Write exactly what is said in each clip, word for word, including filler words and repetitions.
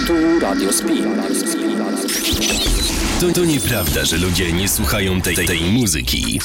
Tu Radio Spin. To, to nieprawda, że ludzie nie słuchają tej, tej muzyki.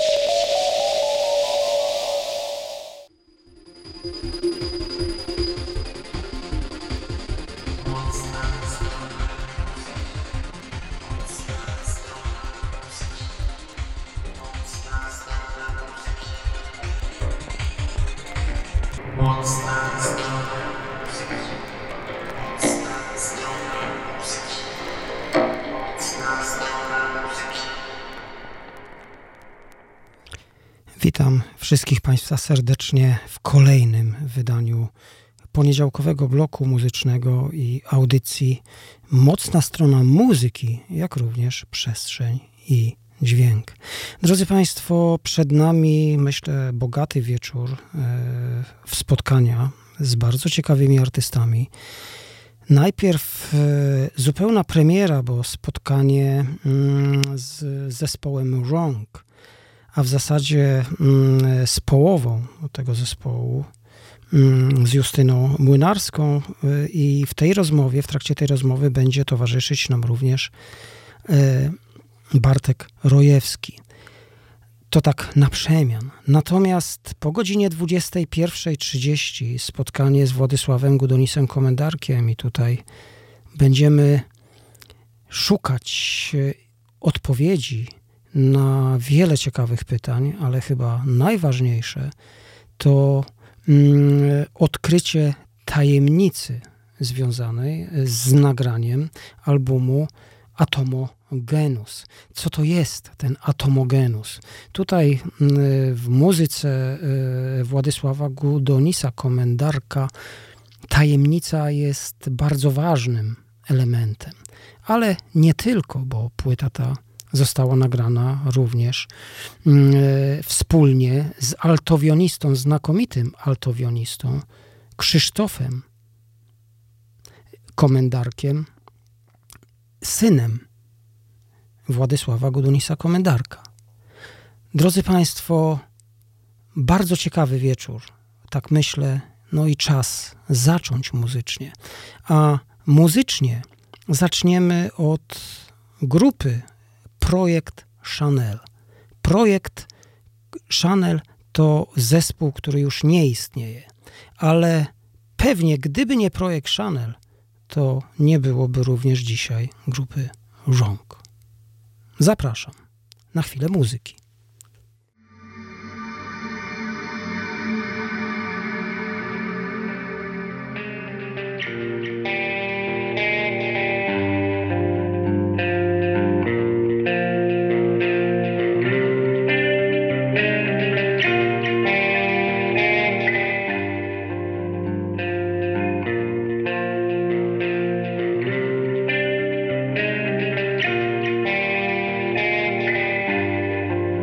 Witam wszystkich Państwa serdecznie w kolejnym wydaniu poniedziałkowego bloku muzycznego i audycji Mocna strona muzyki, jak również przestrzeń i dźwięk. Drodzy Państwo, przed nami, myślę, bogaty wieczór e, w spotkania z bardzo ciekawymi artystami. Najpierw e, zupełna premiera, bo spotkanie mm, z zespołem Wrong, a w zasadzie mm, z połową tego zespołu, mm, z Justyną Młynarską, y, i w tej rozmowie, w trakcie tej rozmowy będzie towarzyszyć nam również y, Bartek Rojewski. To tak na przemian. Natomiast po godzinie dwudziestej pierwszej trzydzieści spotkanie z Władysławem Gudonisem Komendarkiem i tutaj będziemy szukać y, odpowiedzi na wiele ciekawych pytań, ale chyba najważniejsze to mm, odkrycie tajemnicy związanej z nagraniem albumu Atomogenus. Co to jest ten Atomogenus? Tutaj y, w muzyce y, Władysława Gudonisa Komendarka tajemnica jest bardzo ważnym elementem, ale nie tylko, bo płyta ta została nagrana również y, wspólnie z altowionistą, znakomitym altowionistą Krzysztofem Komendarkiem, synem Władysława Gudonisa Komendarka. Drodzy Państwo, bardzo ciekawy wieczór, tak myślę, no i czas zacząć muzycznie. A muzycznie zaczniemy od grupy Projekt Chanel. Projekt Chanel to zespół, który już nie istnieje, ale pewnie gdyby nie Projekt Chanel, to nie byłoby również dzisiaj grupy Wrong. Zapraszam na chwilę muzyki. Thank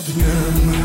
dniem.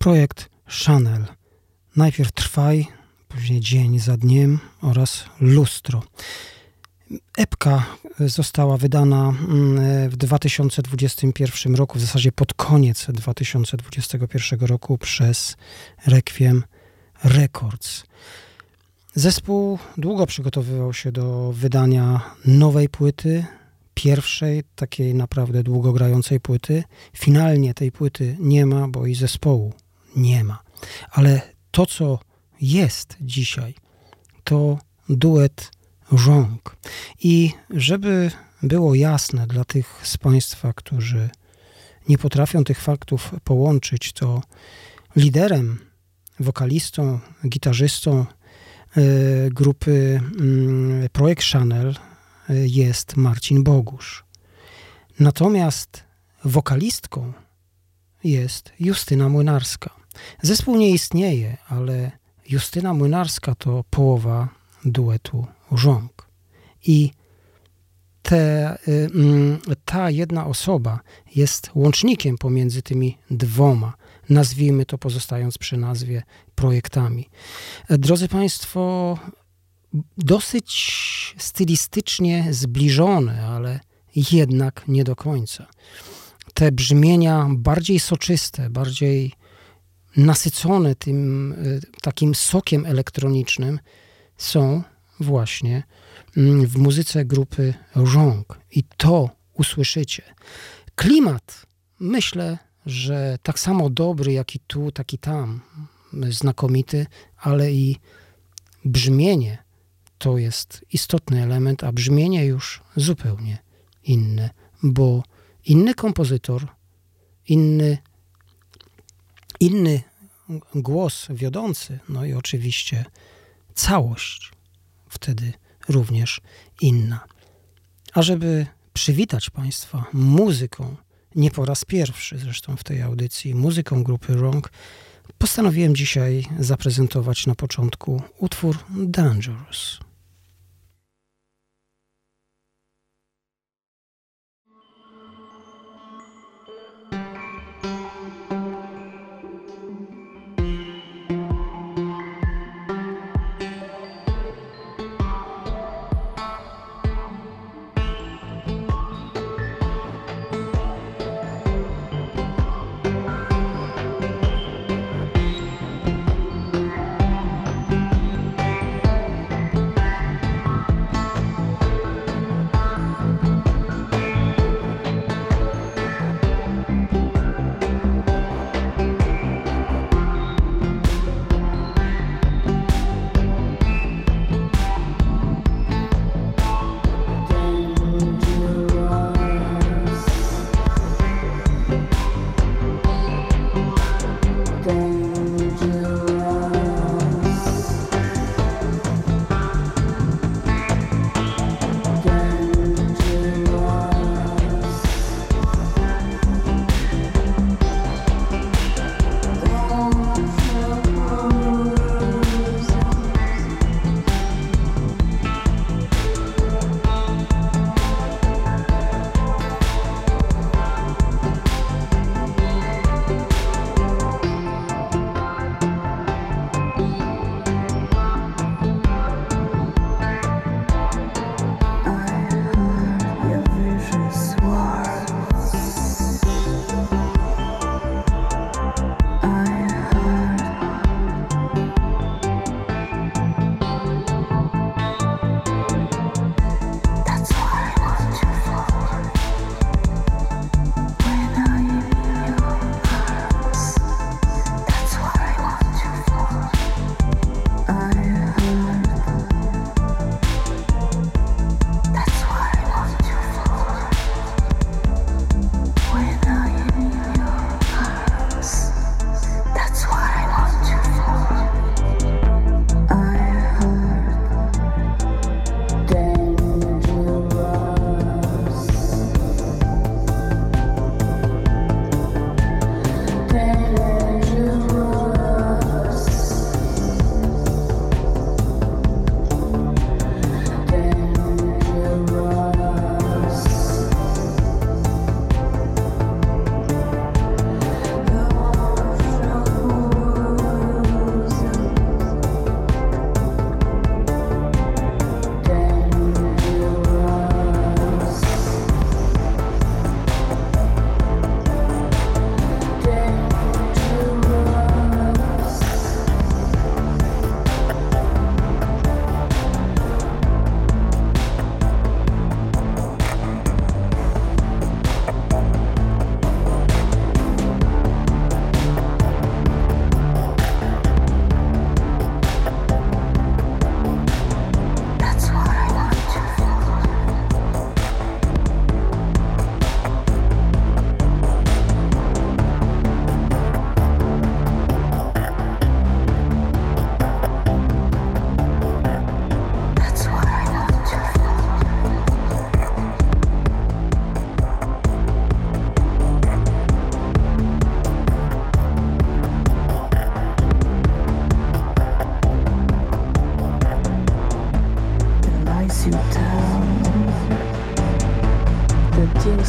projekt Chanel. Najpierw Trwaj, później Dzień za dniem oraz Lustro. Epka została wydana w dwa tysiące dwudziestym pierwszym roku, w zasadzie pod koniec dwa tysiące dwudziestego pierwszego roku przez Requiem Records. Zespół długo przygotowywał się do wydania nowej płyty, pierwszej takiej naprawdę długogrającej płyty. Finalnie tej płyty nie ma, bo i zespołu nie ma. Ale to, co jest dzisiaj, to duet Rąk. I żeby było jasne dla tych z Państwa, którzy nie potrafią tych faktów połączyć, to liderem, wokalistą, gitarzystą y, grupy y, Projekt Chanel y, jest Marcin Bogusz. Natomiast wokalistką jest Justyna Młynarska. Zespół nie istnieje, ale Justyna Młynarska to połowa duetu Rąk. I te, ta jedna osoba jest łącznikiem pomiędzy tymi dwoma, nazwijmy to, pozostając przy nazwie, projektami. Drodzy Państwo, dosyć stylistycznie zbliżone, ale jednak nie do końca. Te brzmienia bardziej soczyste, bardziej nasycone tym takim sokiem elektronicznym są właśnie w muzyce grupy Rąk. I to usłyszycie. Klimat, myślę, że tak samo dobry, jak i tu, tak i tam, znakomity, ale i brzmienie to jest istotny element, a brzmienie już zupełnie inne, bo inny kompozytor, inny, inny głos wiodący, no i oczywiście całość wtedy również inna. A żeby przywitać Państwa muzyką, nie po raz pierwszy zresztą w tej audycji, muzyką grupy Rąk, postanowiłem dzisiaj zaprezentować na początku utwór Dangerous.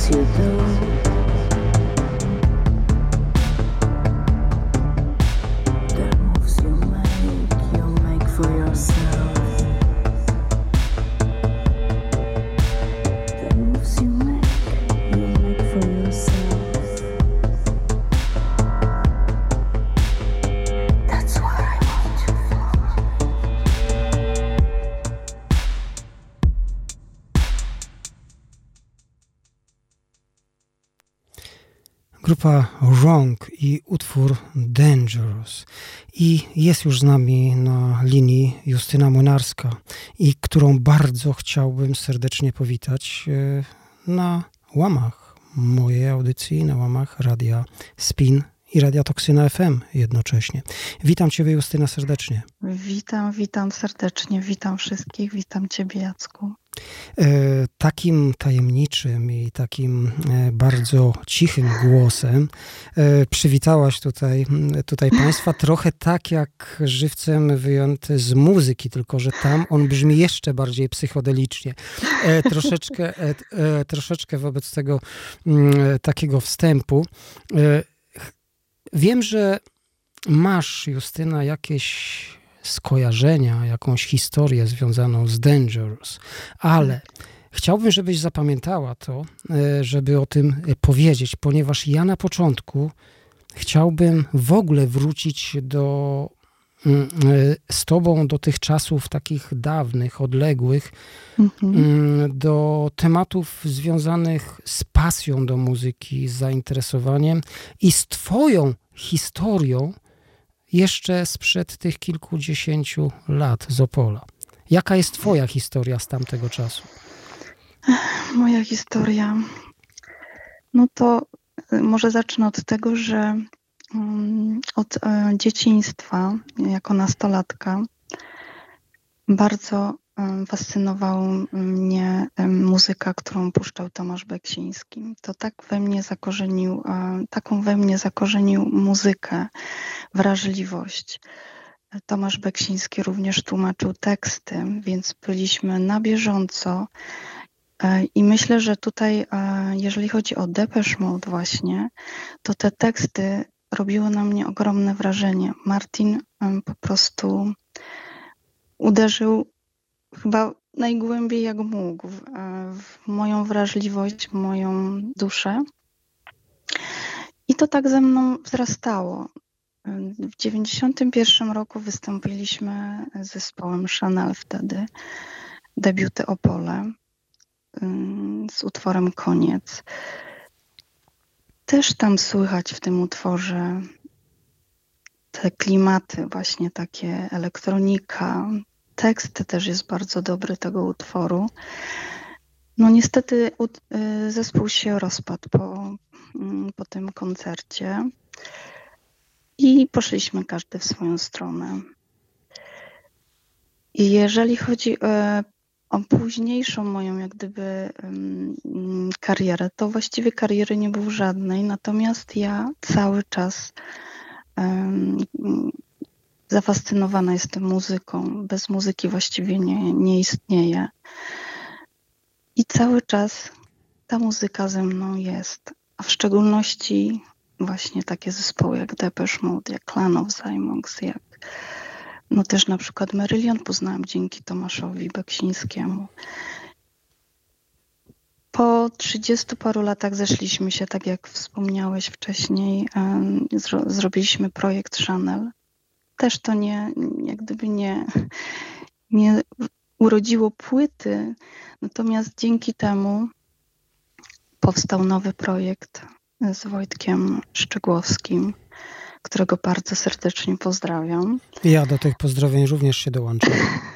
moves you do. The moves you make, you make for yourself. The moves you make, you make for yourself. That's what I want you for. Grupa Wrong i utwór Dangerous. I jest już z nami na linii Justyna Młynarska, i którą bardzo chciałbym serdecznie powitać e, na łamach mojej audycji, na łamach Radia Spin i Radia Toksyna F M jednocześnie. Witam Ciebie, Justyna, serdecznie. Witam, witam serdecznie, witam wszystkich, witam Ciebie, Jacku. E, takim tajemniczym i takim e, bardzo cichym głosem e, przywitałaś tutaj, tutaj Państwa, trochę tak jak żywcem wyjęty z muzyki, tylko że tam on brzmi jeszcze bardziej psychodelicznie. E, troszeczkę, e, e, troszeczkę wobec tego m, takiego wstępu. E, wiem, że masz, Justyna, jakieś skojarzenia, jakąś historię związaną z Dangerous, ale chciałbym, żebyś zapamiętała to, żeby o tym powiedzieć, ponieważ ja na początku chciałbym w ogóle wrócić do, z tobą do tych czasów takich dawnych, odległych, mhm. do tematów związanych z pasją do muzyki, z zainteresowaniem i z twoją historią jeszcze sprzed tych kilkudziesięciu lat z Opola. Jaka jest twoja historia z tamtego czasu? Moja historia? No to może zacznę od tego, że od dzieciństwa, jako nastolatka, bardzo fascynowała mnie muzyka, którą puszczał Tomasz Beksiński. To tak we mnie zakorzenił, taką we mnie zakorzenił muzykę, wrażliwość. Tomasz Beksiński również tłumaczył teksty, więc byliśmy na bieżąco. I myślę, że tutaj, jeżeli chodzi o Depeche Mode właśnie, to te teksty robiły na mnie ogromne wrażenie. Martin po prostu uderzył chyba najgłębiej jak mógł w, w moją wrażliwość, w moją duszę. I to tak ze mną wzrastało. W dziewięćdziesiątym pierwszym roku wystąpiliśmy z zespołem Chanel wtedy, debiuty Opole z utworem Koniec. Też tam słychać w tym utworze te klimaty, właśnie takie elektronika. Tekst też jest bardzo dobry tego utworu. No niestety zespół się rozpadł po, po tym koncercie i poszliśmy każdy w swoją stronę. I jeżeli chodzi o późniejszą moją jak gdyby karierę, to właściwie kariery nie było żadnej, natomiast ja cały czas zafascynowana jestem muzyką. Bez muzyki właściwie nie, nie istnieje. I cały czas ta muzyka ze mną jest. A w szczególności właśnie takie zespoły jak Depeche Mode, jak Clan of Zymongs, jak no też na przykład Marillion poznałam dzięki Tomaszowi Beksińskiemu. Po trzydziestu paru latach zeszliśmy się, tak jak wspomniałeś wcześniej, zro- zrobiliśmy projekt Chanel. Też to nie, jak gdyby nie, nie urodziło płyty, natomiast dzięki temu powstał nowy projekt z Wojtkiem Szczygłowskim, którego bardzo serdecznie pozdrawiam. Ja do tych pozdrowień również się dołączam.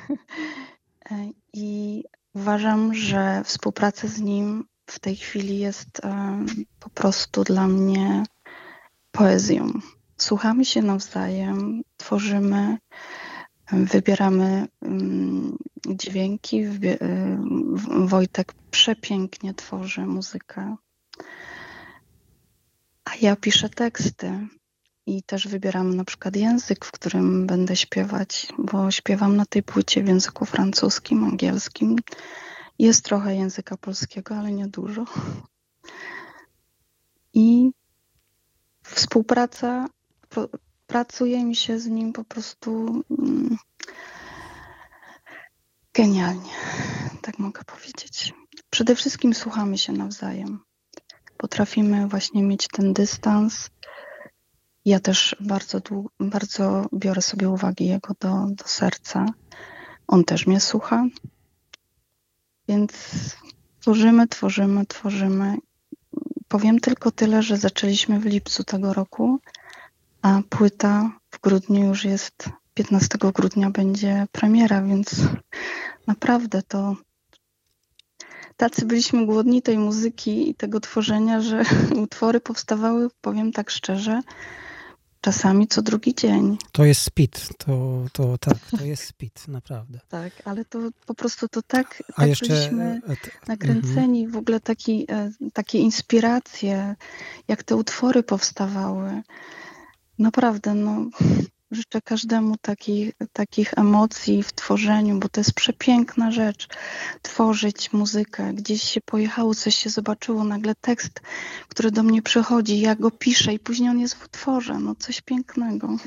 I uważam, że współpraca z nim w tej chwili jest po prostu dla mnie poezją. Słuchamy się nawzajem, tworzymy, wybieramy dźwięki. Wojtek przepięknie tworzy muzykę, a ja piszę teksty i też wybieram na przykład język, w którym będę śpiewać, bo śpiewam na tej płycie w języku francuskim, angielskim. Jest trochę języka polskiego, ale nie dużo. I współpraca, po, pracuje mi się z nim po prostu mm, genialnie, tak mogę powiedzieć. Przede wszystkim słuchamy się nawzajem. Potrafimy właśnie mieć ten dystans. Ja też bardzo, dłu- bardzo biorę sobie uwagi jego do, do serca. On też mnie słucha. Więc tworzymy, tworzymy, tworzymy. Powiem tylko tyle, że zaczęliśmy w lipcu tego roku, a płyta w grudniu już jest, piętnastego grudnia będzie premiera, więc naprawdę to tacy byliśmy głodni tej muzyki i tego tworzenia, że utwory powstawały, powiem tak szczerze, czasami co drugi dzień. To jest speed, to, to tak, to jest speed, naprawdę. Tak, ale to po prostu to tak, A tak jeszcze byliśmy e, t- nakręceni, w ogóle taki, e, takie inspiracje, jak te utwory powstawały. Naprawdę, no, życzę każdemu takich, takich emocji w tworzeniu, bo to jest przepiękna rzecz. Tworzyć muzykę, gdzieś się pojechało, coś się zobaczyło, nagle tekst, który do mnie przychodzi, ja go piszę i później on jest w utworze. No coś pięknego.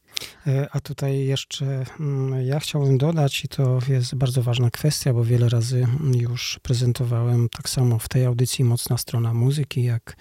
E, A tutaj jeszcze mm, ja chciałbym dodać, i to jest bardzo ważna kwestia, bo wiele razy już prezentowałem tak samo w tej audycji Mocna Strona Muzyki, jak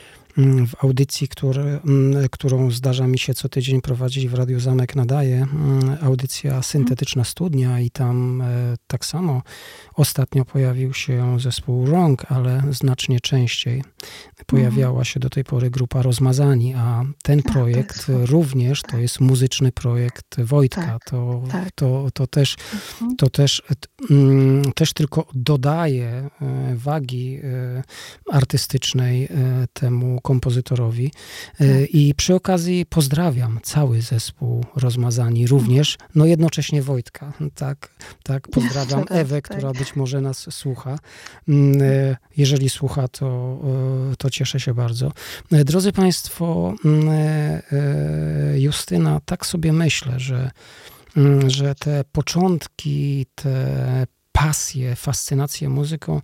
mm, w audycji, który, mm, którą zdarza mi się co tydzień prowadzić w Radiu Zamek Nadaje, mm, audycja Syntetyczna Studnia, i tam e, tak samo ostatnio pojawił się zespół Wrong, ale znacznie częściej pojawiała się do tej pory grupa Rozmazani, a ten projekt jest Wojtek. również to jest muzyczny projekt Wojtka. Tak, To, tak. to, to też Mhm. to też, t- mm, też tylko dodaje e, wagi e, artystycznej e, temu kompozytorowi. E, I przy okazji pozdrawiam cały zespół Rozmazani, również, no jednocześnie Wojtka. Tak, tak, pozdrawiam Jeszcze raz, Ewę, tak. która być może nas słucha. Mm, e, Jeżeli słucha, to, e, to cieszę się bardzo. E, Drodzy Państwo, mm, e, e, Justyna, tak sobie myślę, że Mm, że te początki, te pasje, fascynacje muzyką,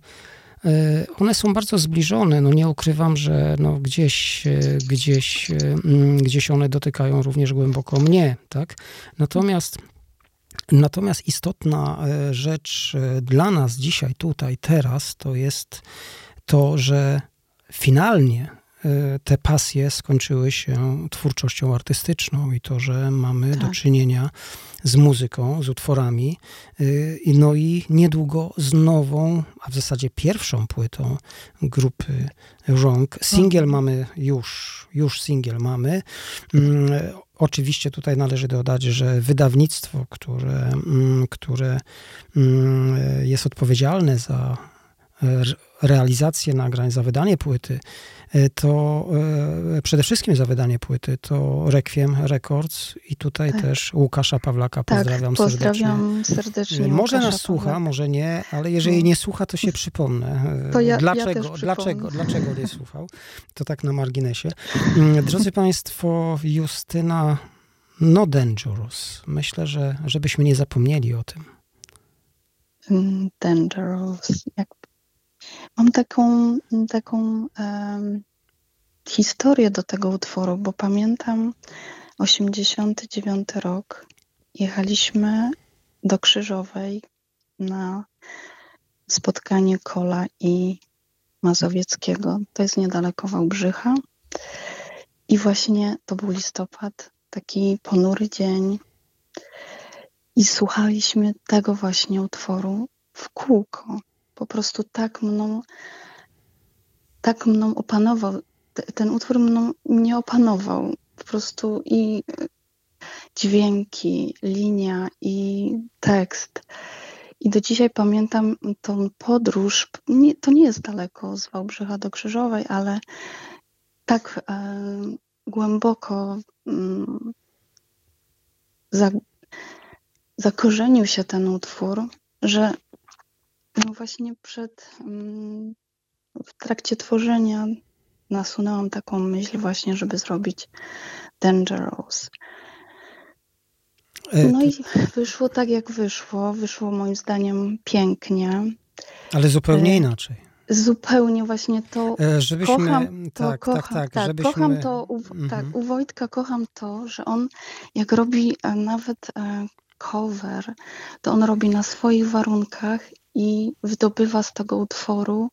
e, one są bardzo zbliżone. No nie ukrywam, że no gdzieś, e, gdzieś, e, mm, gdzieś one dotykają również głęboko mnie, tak? Natomiast Natomiast istotna e, rzecz e, dla nas dzisiaj, tutaj, teraz, to jest to, że finalnie e, te pasje skończyły się twórczością artystyczną i to, że mamy Tak. do czynienia z muzyką, z utworami, y, i no i niedługo z nową, a w zasadzie pierwszą płytą grupy Wrong. Singiel mamy już, już singiel mamy. Mm, Oczywiście tutaj należy dodać, że wydawnictwo, które, mm, które mm, jest odpowiedzialne za re- realizację nagrań, za wydanie płyty, e, to e, przede wszystkim za wydanie płyty to Requiem Records, i tutaj Tak. też Łukasza Pawlaka pozdrawiam, tak, serdecznie. pozdrawiam serdecznie. E, Może Łukasza nas słucha, Pawlaka. może nie, ale jeżeli nie słucha, to się przypomnę. E, To ja- ja dlaczego, też dlaczego, przypomnę. dlaczego nie słuchał? To tak na marginesie. Mm, Drodzy Państwo, Justyna, No Dangerous. Myślę, że żebyśmy nie zapomnieli o tym. Mm, Dangerous. Jak... Mam taką, taką em, historię do tego utworu, bo pamiętam osiemdziesiąty dziewiąty rok. Jechaliśmy do Krzyżowej na spotkanie Kola i Mazowieckiego. To jest niedaleko Wałbrzycha. I właśnie to był listopad, taki ponury dzień. I słuchaliśmy tego właśnie utworu w kółko. Po prostu tak mną, tak mną opanował, te- ten utwór mną, mnie opanował. Po prostu i dźwięki, linia i tekst. I do dzisiaj pamiętam tą podróż. Nie, to nie jest daleko z Wałbrzycha do Krzyżowej, ale tak e, głęboko mm, za, zakorzenił się ten utwór, że no właśnie przed, mm, w trakcie tworzenia nasunęłam taką myśl właśnie, żeby zrobić Dangerous. E, No i wyszło tak, jak wyszło. Wyszło moim zdaniem pięknie. Ale zupełnie E, inaczej. Zupełnie właśnie to E, Żebyśmy, kocham, to tak, kocham, tak, tak, tak, żebyśmy, kocham to, u, tak, mhm. u Wojtka kocham to, że on jak robi e, nawet e, cover, to on robi na swoich warunkach i wydobywa z tego utworu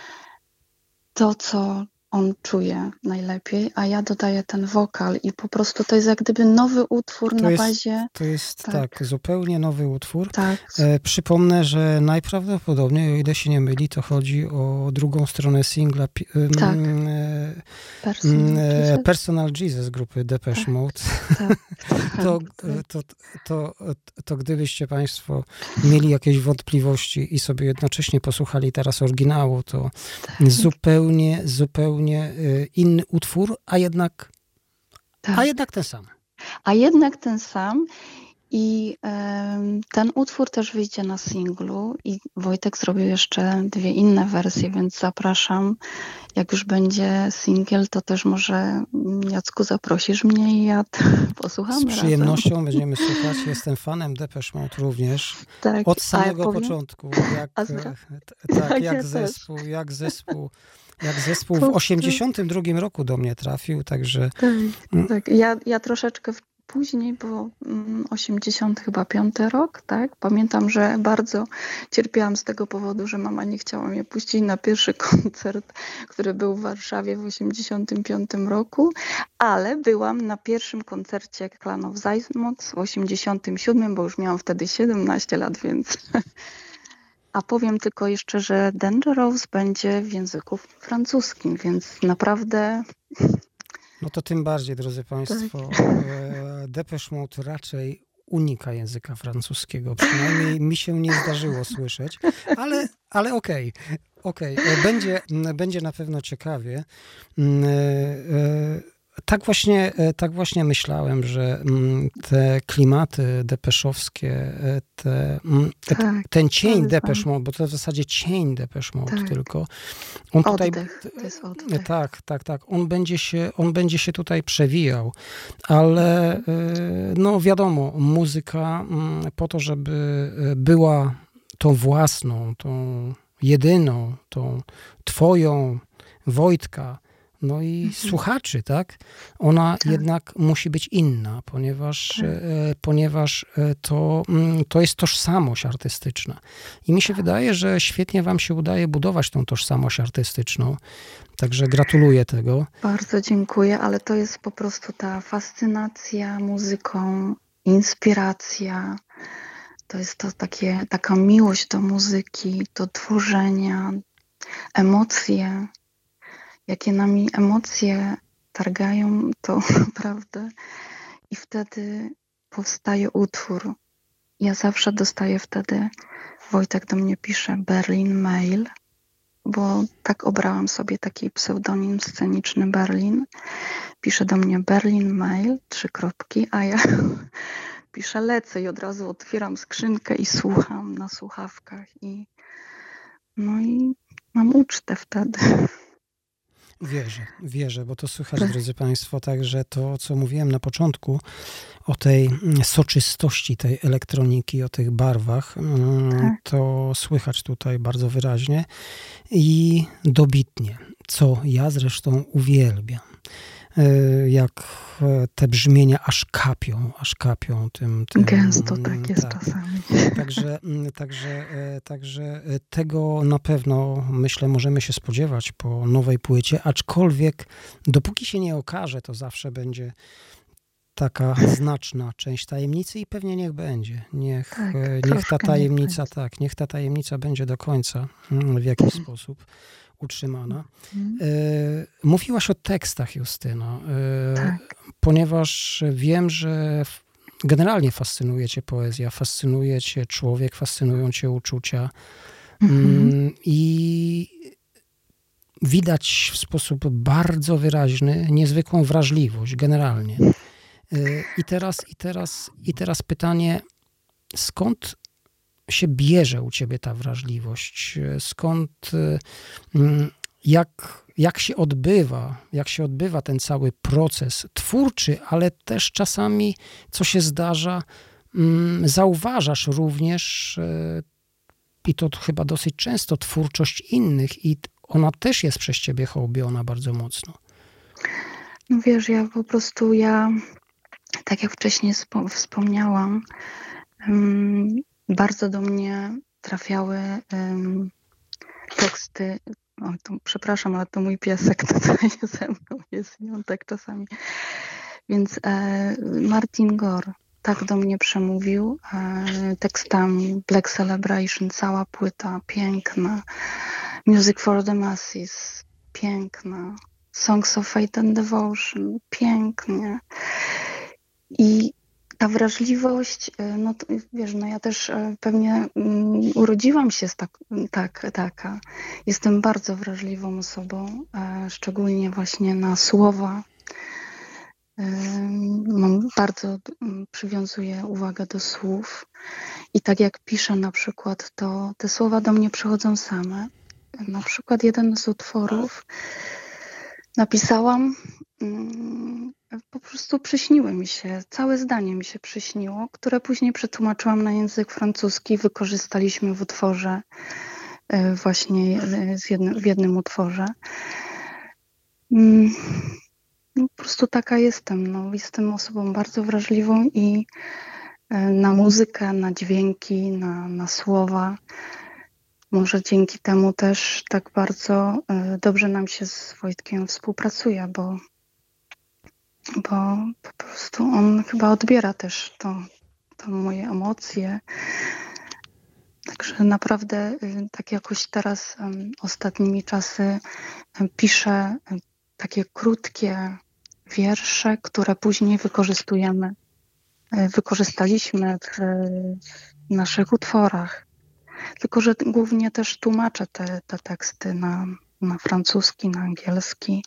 to, co on czuje najlepiej, a ja dodaję ten wokal i po prostu to jest jak gdyby nowy utwór To na jest, bazie, to jest tak, tak, zupełnie nowy utwór. tak, E, przypomnę, że najprawdopodobniej, o ile się nie myli, to chodzi o drugą stronę singla pi- ym, tak, e, personal e, Jesus, Personal Jesus grupy Depeche tak, Mode. tak, To, tak, to, to, to gdybyście Państwo mieli jakieś wątpliwości i sobie jednocześnie posłuchali teraz oryginału, to tak, zupełnie, zupełnie y, inny utwór, a jednak, a tak. jednak ten sam. A jednak ten sam i em, ten utwór też wyjdzie na singlu i Wojtek zrobił jeszcze dwie inne wersje, więc zapraszam. Jak już będzie singiel, to też może mm, Jacku zaprosisz mnie i ja t- Z posłuchamy razem. przyjemnością będziemy słuchać. Jestem fanem Depeche Mode również. Tak, Od a ja samego powiem, początku. Jak, a zra- e, t- tak, tak, jak ja też. zespół, jak zespół, jak zespół w Po prostu, osiemdziesiątym drugim roku do mnie trafił, także tak, mm, tak. Ja, ja troszeczkę w- później, bo mm, osiemdziesiąty chyba piąty rok, tak? Pamiętam, że bardzo cierpiałam z tego powodu, że mama nie chciała mnie puścić na pierwszy koncert, który był w Warszawie w osiemdziesiątym piątym roku, ale byłam na pierwszym koncercie Clan of Zajmoc w osiemdziesiątym siódmym, bo już miałam wtedy siedemnaście lat, więc... A powiem tylko jeszcze, że Dangerous będzie w języku francuskim, więc naprawdę no to tym bardziej, drodzy tak. Państwo, e, Depeche Mode raczej unika języka francuskiego. Przynajmniej mi się nie zdarzyło słyszeć, ale, ale okej, okej. E, Będzie, m, będzie na pewno ciekawie. Mm, e, e, Tak właśnie, e, tak właśnie myślałem, że mm, te klimaty depeszowskie, e, te, mm, te, Tak, ten cień bardzo. Depeche Mode, bo to w zasadzie cień Depeche Mode Tak. tylko, on tutaj... Oddech, to jest oddech. Tak, tak, tak. On będzie się, on będzie się tutaj przewijał, ale e, no wiadomo, muzyka mm, po to, żeby e, była tą własną, tą jedyną, tą twoją, Wojtka, no i Mhm. słuchaczy, tak? Ona Tak. jednak musi być inna, ponieważ, Tak. e, ponieważ e, to, mm, to jest tożsamość artystyczna. I mi się wydaje, że świetnie wam się udaje budować tą tożsamość artystyczną. Także gratuluję tego. Bardzo dziękuję, ale to jest po prostu ta fascynacja muzyką, inspiracja. To jest to takie, taka miłość do muzyki, do tworzenia, emocje. Jakie nami emocje targają, to naprawdę. I wtedy powstaje utwór. Ja zawsze dostaję wtedy, Wojtek do mnie pisze Berlin Mail, bo tak obrałam sobie taki pseudonim sceniczny Berlin. Pisze do mnie Berlin Mail, trzy kropki, a ja piszę lecę i od razu otwieram skrzynkę i słucham na słuchawkach. I no i mam ucztę wtedy. Wierzę, wierzę, bo to słychać, drodzy Państwo, także to, co mówiłem na początku o tej soczystości tej elektroniki, o tych barwach, Tak. to słychać tutaj bardzo wyraźnie i dobitnie, co ja zresztą uwielbiam. Jak te brzmienia aż kapią, aż kapią tym... tym Gęsto tak jest tak. czasami. Także, także, także tego na pewno, myślę, możemy się spodziewać po nowej płycie, aczkolwiek dopóki się nie okaże, to zawsze będzie taka znaczna część tajemnicy i pewnie niech będzie. Niech, Tak, niech ta tajemnica, niech tak, niech ta tajemnica będzie do końca w jakiś sposób utrzymana. Mhm. E, mówiłaś o tekstach, Justyno, e, Tak. ponieważ wiem, że generalnie fascynuje cię poezja, fascynuje cię człowiek, fascynują cię uczucia Mhm. i widać w sposób bardzo wyraźny niezwykłą wrażliwość generalnie. I teraz, i teraz, i teraz pytanie, skąd się bierze u ciebie ta wrażliwość? Skąd, jak, jak się odbywa, jak się odbywa ten cały proces twórczy, ale też czasami, co się zdarza, zauważasz również i to chyba dosyć często, twórczość innych i ona też jest przez ciebie hołbiona bardzo mocno. No wiesz, ja po prostu, ja, tak jak wcześniej spo, wspomniałam, um, bardzo do mnie trafiały um, teksty, o, to, przepraszam, ale to mój piesek tutaj ze mną jest i on tak czasami. Więc e, Martin Gore tak do mnie przemówił e, tekstami. Black Celebration, cała płyta, piękna. Music for the Masses, piękna. Songs of Faith and Devotion, pięknie. I ta wrażliwość, no to, wiesz, no ja też pewnie um, urodziłam się z tak, tak, taka. Jestem bardzo wrażliwą osobą, e, szczególnie właśnie na słowa. E, mam bardzo um, przywiązuję uwagę do słów i tak jak piszę na przykład, to te słowa do mnie przychodzą same. Na przykład jeden z utworów napisałam, um, po prostu przyśniły mi się, całe zdanie mi się przyśniło, które później przetłumaczyłam na język francuski, wykorzystaliśmy w utworze, właśnie z jednym, w jednym utworze. No, po prostu taka jestem, no, jestem osobą bardzo wrażliwą i na muzykę, na dźwięki, na, na słowa. Może dzięki temu też tak bardzo dobrze nam się z Wojtkiem współpracuje, bo bo po prostu on chyba odbiera też to, to moje emocje. Także naprawdę tak jakoś teraz um, ostatnimi czasy um, piszę um, takie krótkie wiersze, które później wykorzystujemy, um, wykorzystaliśmy w, w naszych utworach. Tylko że głównie też tłumaczę te, te teksty na, na francuski, na angielski.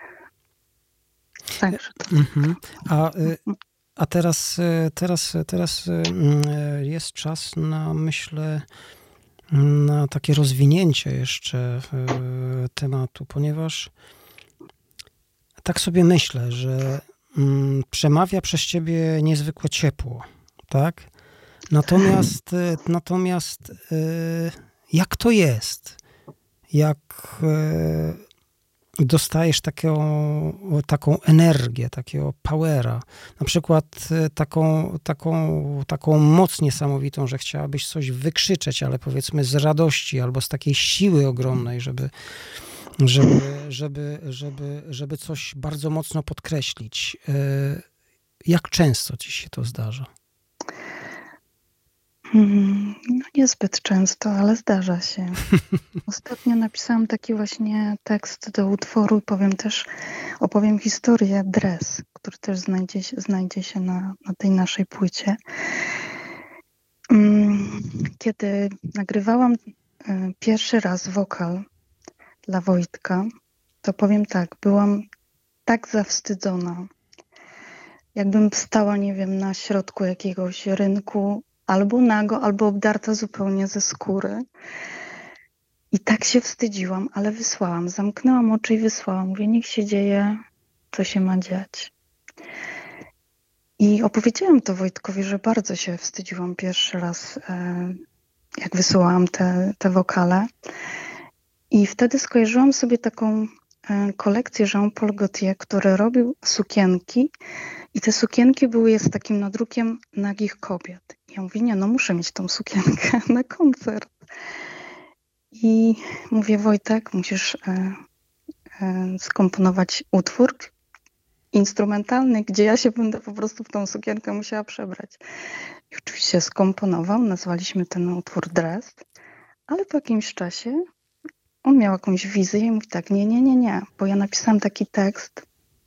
Także to. Mhm. A, a teraz, teraz, teraz jest czas na, myślę, na takie rozwinięcie jeszcze tematu, ponieważ tak sobie myślę, że przemawia przez ciebie niezwykłe ciepło, tak? Natomiast, natomiast jak to jest? Jak dostajesz taką, taką energię, takiego powera, na przykład taką, taką, taką moc niesamowitą, że chciałabyś coś wykrzyczeć, ale powiedzmy z radości albo z takiej siły ogromnej, żeby, żeby, żeby, żeby, żeby coś bardzo mocno podkreślić. Jak często ci się to zdarza? No niezbyt często, ale zdarza się. Ostatnio napisałam taki właśnie tekst do utworu i powiem też, opowiem historię Dress, który też znajdzie się, znajdzie się na, na tej naszej płycie. Kiedy nagrywałam pierwszy raz wokal dla Wojtka, to powiem tak, byłam tak zawstydzona, jakbym stała, nie wiem, na środku jakiegoś rynku, albo nago, albo obdarta zupełnie ze skóry. I tak się wstydziłam, ale wysłałam. Zamknęłam oczy i wysłałam. Mówię, niech się dzieje, co się ma dziać. I opowiedziałam to Wojtkowi, że bardzo się wstydziłam pierwszy raz, jak wysyłałam te, te wokale. I wtedy skojarzyłam sobie taką kolekcję Jean-Paul Gaultier, który robił sukienki. I te sukienki były z takim nadrukiem nagich kobiet. I ja mówię, nie, no muszę mieć tą sukienkę na koncert. I mówię, Wojtek, musisz e, e, skomponować utwór instrumentalny, gdzie ja się będę po prostu w tą sukienkę musiała przebrać. I oczywiście skomponował, nazwaliśmy ten utwór Dress, ale po jakimś czasie on miał jakąś wizję i mówi tak, nie, nie, nie, nie, bo ja napisałam taki tekst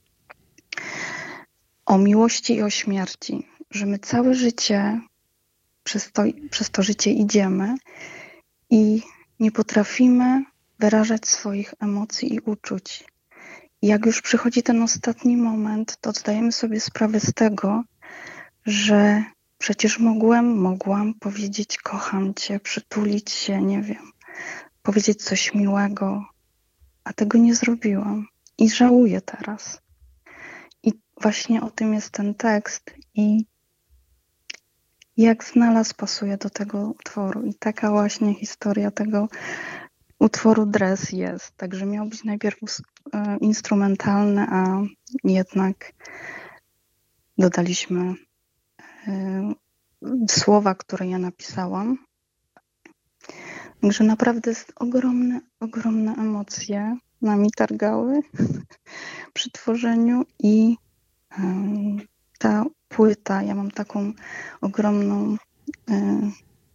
o miłości i o śmierci, że my całe życie przez to, przez to życie idziemy i nie potrafimy wyrażać swoich emocji i uczuć. I jak już przychodzi ten ostatni moment, to zdajemy sobie sprawę z tego, że przecież mogłem, mogłam powiedzieć kocham cię, przytulić się, nie wiem, powiedzieć coś miłego, a tego nie zrobiłam i żałuję teraz. I właśnie o tym jest ten tekst i jak znalazł, pasuje do tego utworu. I taka właśnie historia tego utworu Dress jest. Także miał być najpierw e, instrumentalny, a jednak dodaliśmy e, słowa, które ja napisałam. Także naprawdę ogromne, ogromne emocje nami targały przy tworzeniu i y, ta płyta, ja mam taką ogromną, y,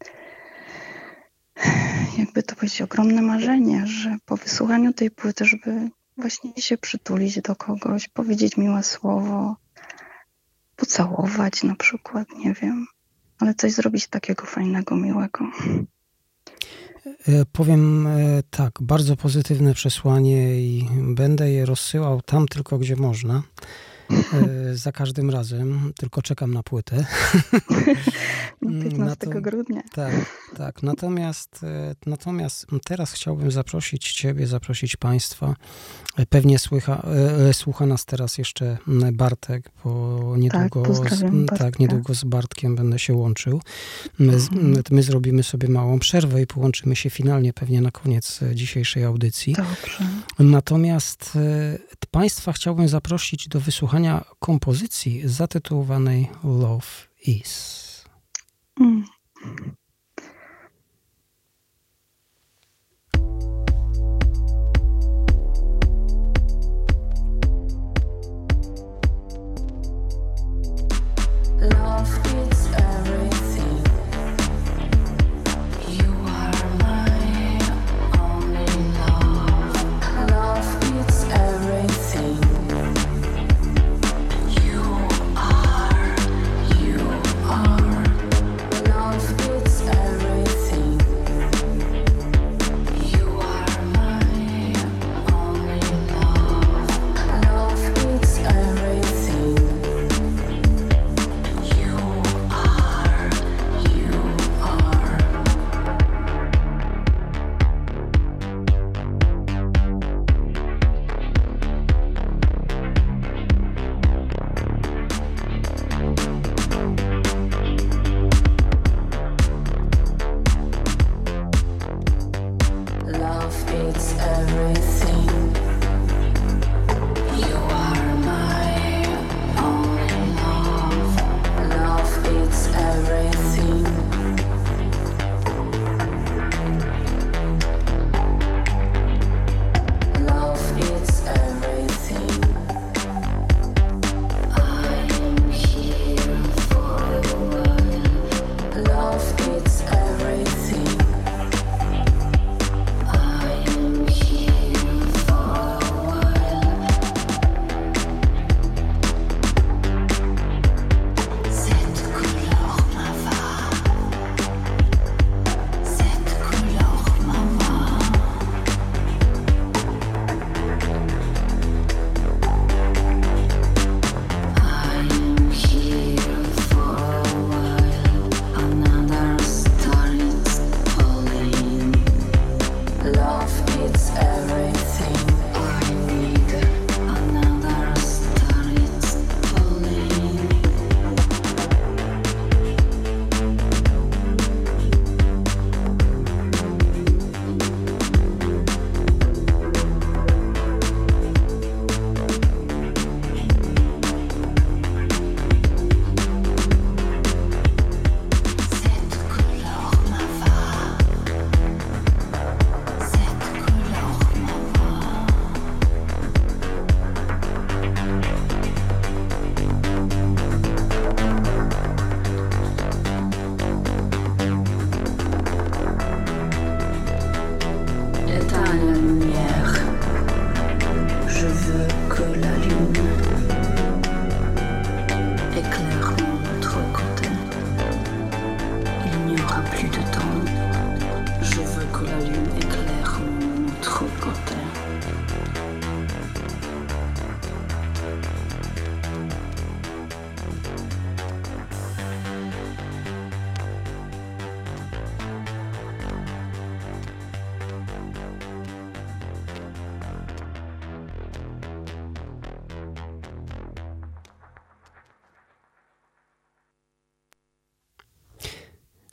jakby to powiedzieć, ogromne marzenie, że po wysłuchaniu tej płyty, żeby właśnie się przytulić do kogoś, powiedzieć miłe słowo, pocałować na przykład, nie wiem, ale coś zrobić takiego fajnego, miłego. Powiem tak, bardzo pozytywne przesłanie i będę je rozsyłał tam tylko, gdzie można. Za każdym razem, tylko czekam na płytę. piętnastego grudnia. Tak, tak. Natomiast, natomiast teraz chciałbym zaprosić Ciebie, zaprosić Państwa. Pewnie słycha, słucha nas teraz jeszcze Bartek, bo niedługo, tak, z, tak, niedługo z Bartkiem będę się łączył. My, mhm. my zrobimy sobie małą przerwę i połączymy się finalnie pewnie na koniec dzisiejszej audycji. Dobrze. Natomiast Państwa chciałbym zaprosić do wysłuchania kompozycji zatytułowanej Love Is. Mm. Love is everything. You are my only love. Love is everything. You are, you are. Love is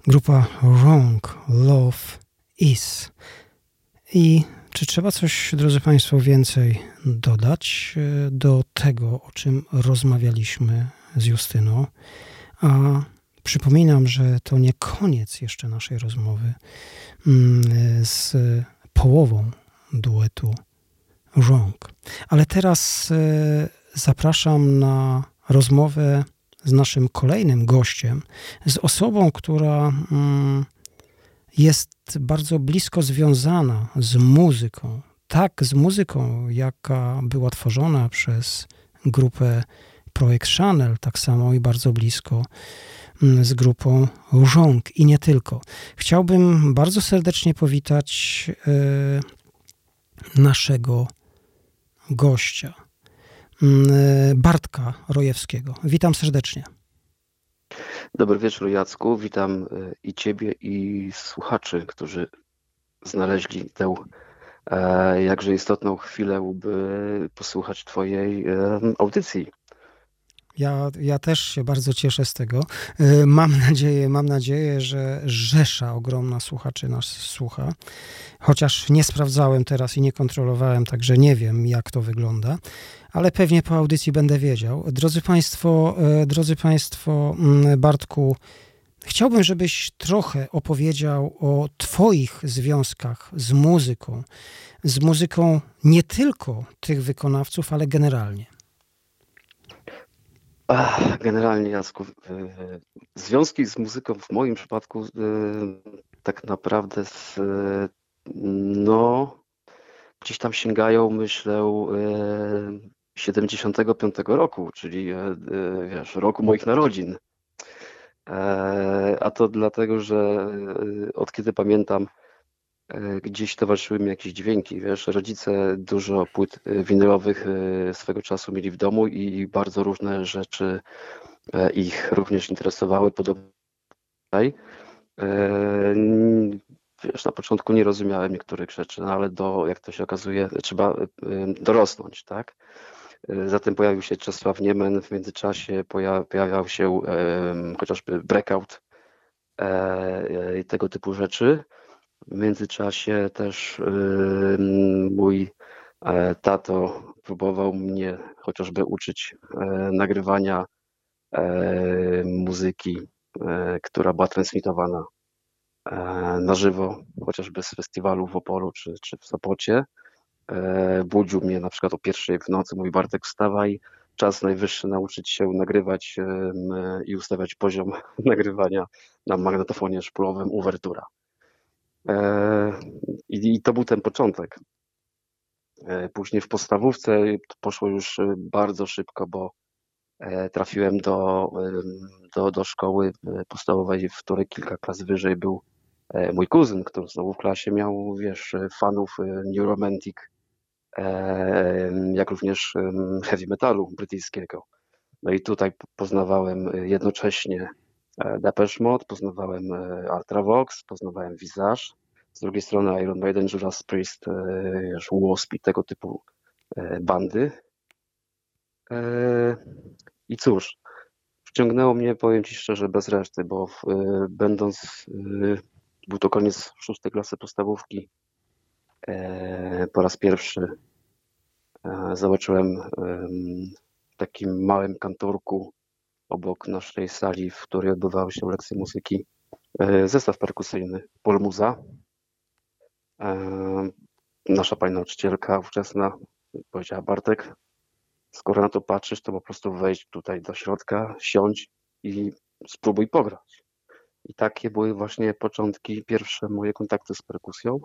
Grupa Wrong Love Is. I czy trzeba coś, drodzy Państwo, więcej dodać do tego, o czym rozmawialiśmy z Justyną? A przypominam, że to nie koniec jeszcze naszej rozmowy z połową duetu Wrong. Ale teraz zapraszam na rozmowę z naszym kolejnym gościem, z osobą, która jest bardzo blisko związana z muzyką. Tak, z muzyką, jaka była tworzona przez grupę Projekt Chanel, tak samo i bardzo blisko z grupą Wrong i nie tylko. Chciałbym bardzo serdecznie powitać y, naszego gościa, y, Bartka Rojewskiego. Witam serdecznie. Dobry wieczór, Jacku. Witam i Ciebie, i słuchaczy, którzy znaleźli tę e, jakże istotną chwilę, by posłuchać Twojej e, audycji. Ja, ja też się bardzo cieszę z tego. Mam nadzieję, mam nadzieję, że rzesza ogromna słuchaczy nas słucha. Chociaż nie sprawdzałem teraz i nie kontrolowałem, także nie wiem, jak to wygląda. Ale pewnie po audycji będę wiedział. Drodzy Państwo, drodzy Państwo, Bartku, chciałbym, żebyś trochę opowiedział o Twoich związkach z muzyką. Z muzyką nie tylko tych wykonawców, ale generalnie. Ach, generalnie, Jacku, związki z muzyką w moim przypadku tak naprawdę z, no, gdzieś tam sięgają, myślę, siedemdziesiątego piątego roku, czyli wiesz, roku moich narodzin. A to dlatego, że od kiedy pamiętam, gdzieś towarzyszyły mi jakieś dźwięki, wiesz, rodzice dużo płyt winylowych swego czasu mieli w domu i bardzo różne rzeczy ich również interesowały, podobnie. Wiesz, na początku nie rozumiałem niektórych rzeczy, no ale do, jak to się okazuje, trzeba dorosnąć, tak? Zatem pojawił się Czesław Niemen, w międzyczasie pojawiał się chociażby Breakout i tego typu rzeczy. W międzyczasie też yy, mój e, tato próbował mnie chociażby uczyć e, nagrywania e, muzyki, e, która była transmitowana e, na żywo, chociażby z festiwalu w Opolu czy, czy w Sopocie. E, budził mnie na przykład o pierwszej w nocy, mówi: Bartek, wstawaj, czas najwyższy nauczyć się nagrywać e, i ustawiać poziom nagrywania na magnetofonie szpulowym Uwertura. I to był ten początek. Później w podstawówce poszło już bardzo szybko, bo trafiłem do, do, do szkoły podstawowej, w której kilka klas wyżej był mój kuzyn, który znowu w klasie miał, wiesz, fanów New Romantic, jak również heavy metalu brytyjskiego. No i tutaj poznawałem jednocześnie Depeche Mode, poznawałem Ultravox, poznawałem Visage. Z drugiej strony Iron Maiden, Judas Priest, wiesz, Wasp i tego typu bandy. I cóż, wciągnęło mnie, powiem Ci szczerze, bez reszty, bo w, będąc, był to koniec szóstej klasy podstawówki, po raz pierwszy zobaczyłem w takim małym kantorku obok naszej sali, w której odbywały się lekcje muzyki, zestaw perkusyjny Polmuza. Nasza pani nauczycielka ówczesna powiedziała: Bartek, skoro na to patrzysz, to po prostu wejdź tutaj do środka, siądź i spróbuj pograć. I takie były właśnie początki, pierwsze moje kontakty z perkusją,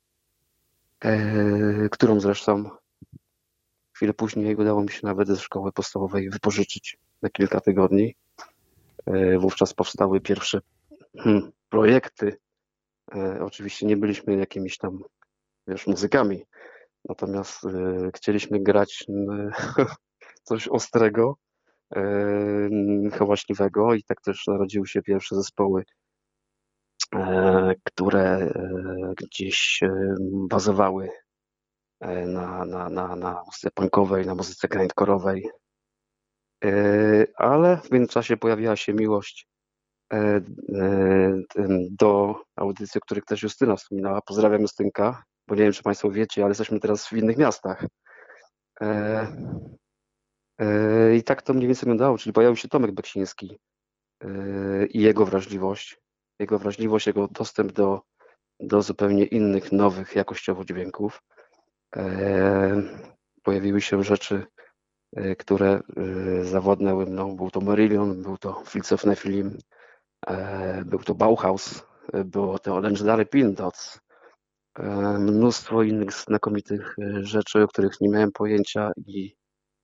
którą zresztą chwilę później udało mi się nawet ze szkoły podstawowej wypożyczyć na kilka tygodni. Wówczas powstały pierwsze hmm, projekty. Oczywiście nie byliśmy jakimiś tam, wiesz, muzykami, natomiast y, chcieliśmy grać y, coś ostrego, y, hałaśliwego i tak też narodziły się pierwsze zespoły, y, które y, gdzieś y, bazowały na, na, na, na muzyce punkowej, na muzyce grindcore'owej, y, ale w międzyczasie pojawiła się miłość e, e, tym do audycji, o których też Justyna wspominała. Pozdrawiam Justynka, bo nie wiem, czy Państwo wiecie, ale jesteśmy teraz w innych miastach. E, e, I tak to mniej więcej wyglądało, czyli pojawił się Tomek Beksiński e, i jego wrażliwość, jego wrażliwość, jego dostęp do, do zupełnie innych, nowych jakościowo dźwięków. E, Pojawiły się rzeczy, e, które e, zawodnęły mną. Był to Marillion, był to Fields of Nephilim, e, był to Bauhaus, e, było to Legendary Pin Dots, e, mnóstwo innych znakomitych e, rzeczy, o których nie miałem pojęcia i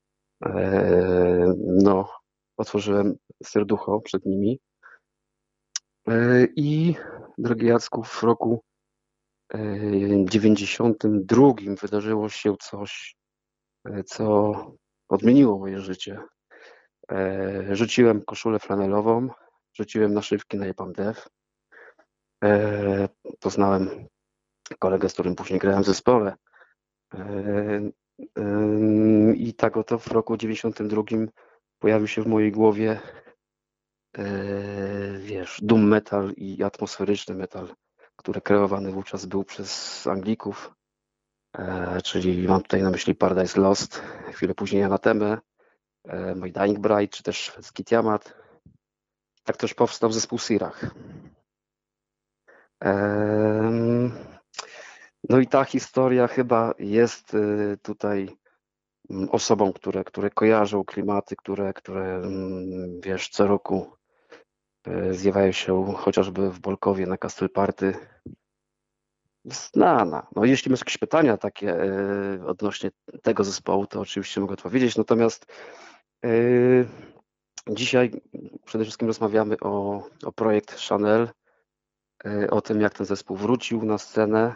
e, no, otworzyłem serducho przed nimi. E, I drogi Jacku, w roku e, dziewięćdziesiątym drugim wydarzyło się coś, e, co odmieniło moje życie. E, Rzuciłem koszulę flanelową, rzuciłem naszywki na Jepam Dev. E, Poznałem kolegę, z którym później grałem w zespole. E, em, I tak oto w roku dziewięćdziesiątym drugim pojawił się w mojej głowie, e, wiesz, doom metal i atmosferyczny metal, który kreowany wówczas był przez Anglików, e, czyli mam tutaj na myśli Paradise Lost, chwilę później Anatemę, e, My Dying Bride, czy też szwedzki Tiamat. Tak też powstał zespół Sirach. Em, No i ta historia chyba jest y, tutaj mm, osobą, które, które kojarzą klimaty, które, które mm, wiesz, co roku y, zjawiają się chociażby w Bolkowie na Castle Party. Znana. No jeśli masz jakieś pytania takie y, odnośnie tego zespołu, to oczywiście mogę odpowiedzieć. Natomiast y, dzisiaj przede wszystkim rozmawiamy o, o projekt Chanel, y, o tym, jak ten zespół wrócił na scenę.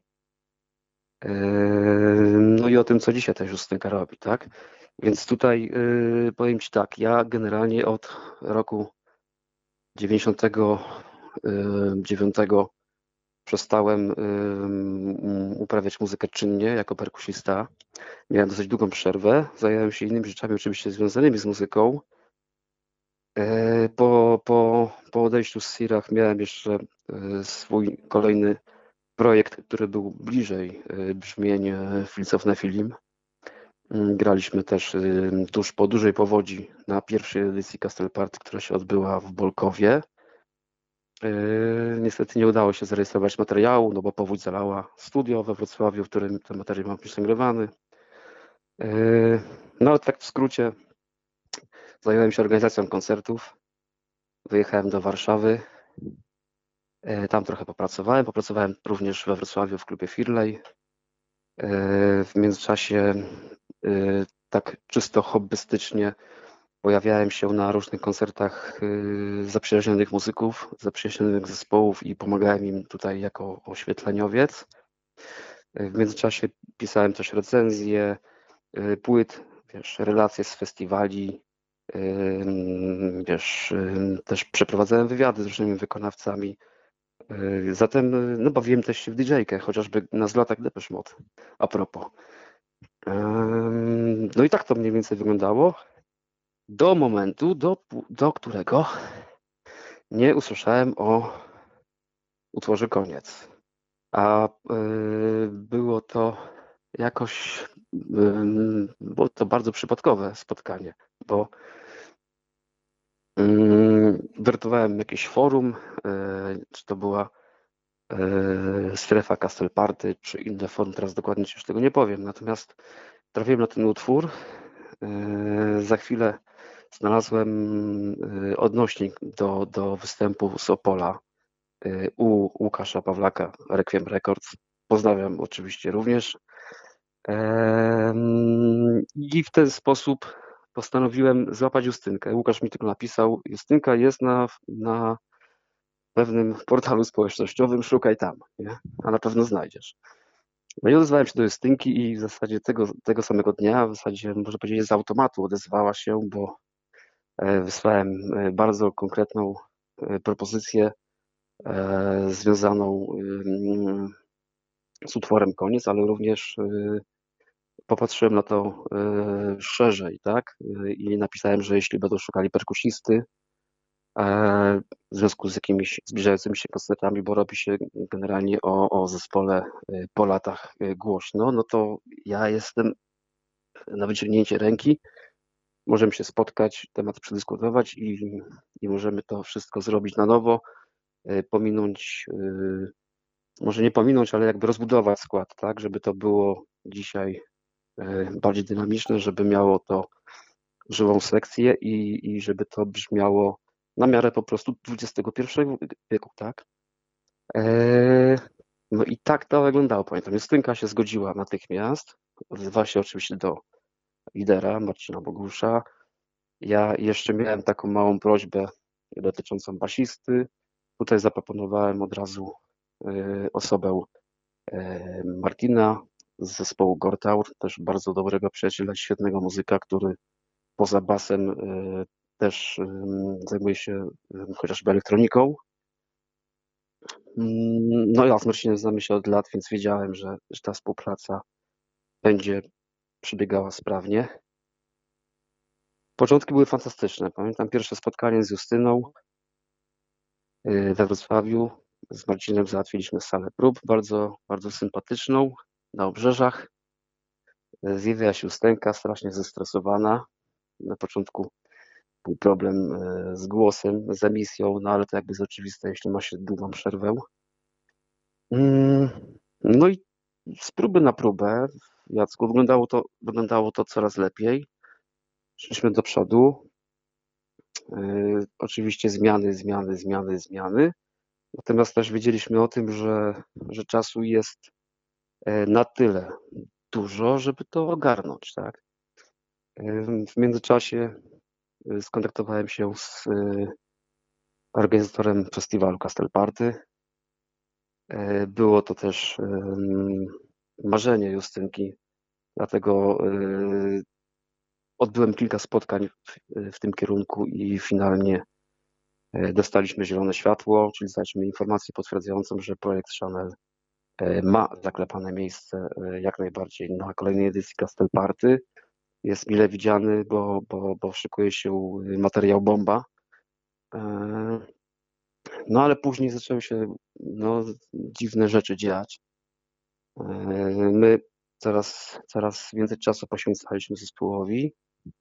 No i o tym, co dzisiaj też Justynka robi, tak? Więc tutaj yy, powiem Ci tak, ja generalnie od roku dziewięćdziesiątego dziewiątego przestałem yy, uprawiać muzykę czynnie jako perkusista. Miałem dosyć długą przerwę, zająłem się innymi rzeczami oczywiście związanymi z muzyką. Yy, po, po, po odejściu z Sirach miałem jeszcze yy, swój kolejny projekt, który był bliżej y, brzmień y, Fields of Nephilim. Mm, Graliśmy też y, tuż po dużej powodzi na pierwszej edycji Castle Party, która się odbyła w Bolkowie. Y, Niestety nie udało się zarejestrować materiału, no bo powódź zalała studio we Wrocławiu, w którym ten materiał ma być nagrywany. Y, No ale tak w skrócie, zająłem się organizacją koncertów. Wyjechałem do Warszawy. Y, Tam trochę popracowałem. Popracowałem również we Wrocławiu w klubie Firley. W międzyczasie y, tak czysto hobbystycznie pojawiałem się na różnych koncertach y, zaprzyjaźnionych muzyków, zaprzyjaźnionych zespołów i pomagałem im tutaj jako oświetleniowiec. Y, W międzyczasie pisałem też recenzje y, płyt, wiesz, relacje z festiwali, y, wiesz, y, też przeprowadzałem wywiady z różnymi wykonawcami. Y, Zatem y, no, bawiłem też się w didżejkę, chociażby na zlotach Depeche Mode. A propos. Em, No i tak to mniej więcej wyglądało do momentu, do, do którego nie usłyszałem o utworze Koniec. A y, było to jakoś, y, było to bardzo przypadkowe spotkanie, bo y, wertowałem jakieś forum, y, czy to była y, strefa Castle Party, czy inne forum, teraz dokładnie ci już tego nie powiem, natomiast trafiłem na ten utwór. y, Za chwilę znalazłem y, odnośnik do, do występu z Opola y, u Łukasza Pawlaka, Requiem Records. Pozdrawiam oczywiście również. Em, I w ten sposób postanowiłem złapać Justynkę. Łukasz mi tylko napisał, Justynka jest na, na pewnym portalu społecznościowym, szukaj tam, nie? A na pewno znajdziesz. No i odezwałem się do Justynki i w zasadzie tego, tego samego dnia, w zasadzie można powiedzieć z automatu odezwała się, bo e, wysłałem e, bardzo konkretną e, propozycję e, związaną ym, z utworem Koniec, ale również y, popatrzyłem na to y, szerzej, tak? Y, I napisałem, że jeśli będą szukali perkusisty, e, w związku z jakimiś zbliżającymi się koncertami, bo robi się generalnie o, o zespole y, po latach y, głośno, no to ja jestem na wyciągnięcie ręki. Możemy się spotkać, temat przedyskutować i, i możemy to wszystko zrobić na nowo, y, pominąć, y, może nie pominąć, ale jakby rozbudować skład, tak, żeby to było dzisiaj y, bardziej dynamiczne, żeby miało to żywą sekcję i, i żeby to brzmiało na miarę po prostu dwudziestego pierwszego wieku, tak? Eee, no i tak to wyglądało, pamiętam. Justynka się zgodziła natychmiast, odezwała się oczywiście do lidera Marcina Bogusza. Ja jeszcze miałem taką małą prośbę dotyczącą basisty. Tutaj zaproponowałem od razu e, osobę e, Martina z zespołu Gortaur, też bardzo dobrego przyjaciela, świetnego muzyka, który poza basem e, też e, zajmuje się e, chociażby elektroniką. Mm, No ja z Marcinem znamy się od lat, więc wiedziałem, że, że ta współpraca będzie przebiegała sprawnie. Początki były fantastyczne. Pamiętam pierwsze spotkanie z Justyną y, we Wrocławiu. Z Marcinem załatwiliśmy salę prób, bardzo, bardzo sympatyczną, na obrzeżach. Y, Zjawiła się Justynka, strasznie zestresowana. Na początku był problem y, z głosem, z emisją, no ale to jakby jest oczywiste, jeśli ma się długą przerwę. Mm, No i z próby na próbę, Jacku, wyglądało to, wyglądało to coraz lepiej. Szliśmy do przodu. Yy, oczywiście zmiany, zmiany, zmiany, zmiany. Natomiast też wiedzieliśmy o tym, że, że czasu jest e, na tyle dużo, żeby to ogarnąć, tak? Yy, w międzyczasie yy, skontaktowałem się z yy, organizatorem festiwalu Castelparty. Yy, Było to też yy, marzenie Justynki, dlatego yy, odbyłem kilka spotkań w, w tym kierunku i finalnie e, dostaliśmy zielone światło, czyli dostaliśmy informację potwierdzającą, że projekt Chanel e, ma zaklepane miejsce e, jak najbardziej na kolejnej edycji Castelparty. Jest mile widziany, bo, bo, bo szykuje się materiał bomba. E, No ale później zaczęły się no, dziwne rzeczy dziać. E, My coraz, coraz więcej czasu poświęcaliśmy zespołowi.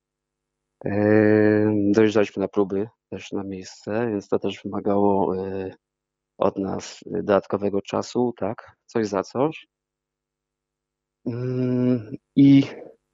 Yy, Dojeżdżaliśmy na próby też na miejsce, więc to też wymagało yy, od nas dodatkowego czasu, tak, coś za coś. Yy, I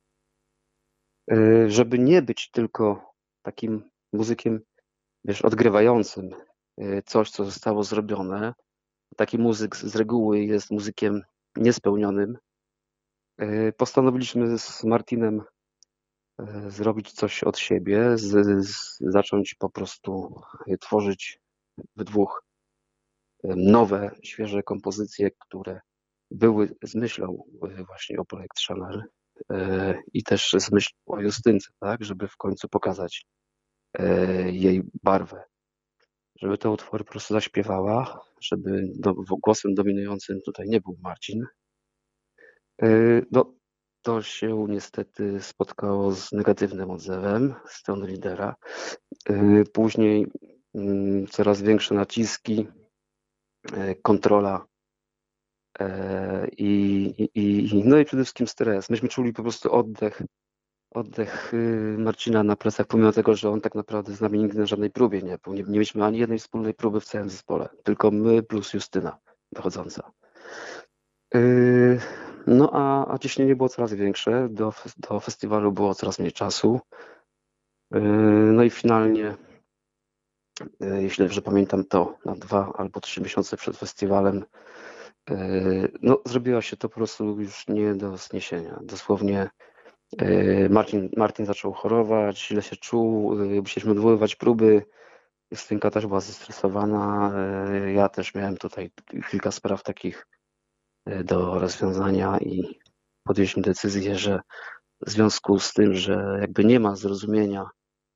yy, żeby nie być tylko takim muzykiem, wiesz, odgrywającym yy, coś, co zostało zrobione, taki muzyk z reguły jest muzykiem niespełnionym. Yy, Postanowiliśmy z Martinem yy, zrobić coś od siebie, z, z, zacząć po prostu yy, tworzyć w dwóch nowe, świeże kompozycje, które były z myślą właśnie o projekt Chanel e, i też z myślą o Justynce, tak, żeby w końcu pokazać e, jej barwę, żeby te utwory po prostu zaśpiewała, żeby do, głosem dominującym tutaj nie był Marcin. E, No, to się niestety spotkało z negatywnym odzewem z strony lidera. E, Później mm, coraz większe naciski, e, kontrola E, I, i, i, no i przede wszystkim stres. Myśmy czuli po prostu oddech, oddech y, Marcina na plecach, pomimo tego, że on tak naprawdę z nami nigdy na żadnej próbie nie był. Nie, nie mieliśmy ani jednej wspólnej próby w całym zespole, tylko my plus Justyna dochodząca. Y, No a, a ciśnienie było coraz większe, do, do festiwalu było coraz mniej czasu. Y, No i finalnie, y, jeśli dobrze pamiętam, to na dwa albo trzy miesiące przed festiwalem no, zrobiło się to po prostu już nie do zniesienia. Dosłownie Marcin, Martin zaczął chorować, źle się czuł, musieliśmy odwoływać próby. Justynka też była zestresowana. Ja też miałem tutaj kilka spraw takich do rozwiązania i podjęliśmy decyzję, że w związku z tym, że jakby nie ma zrozumienia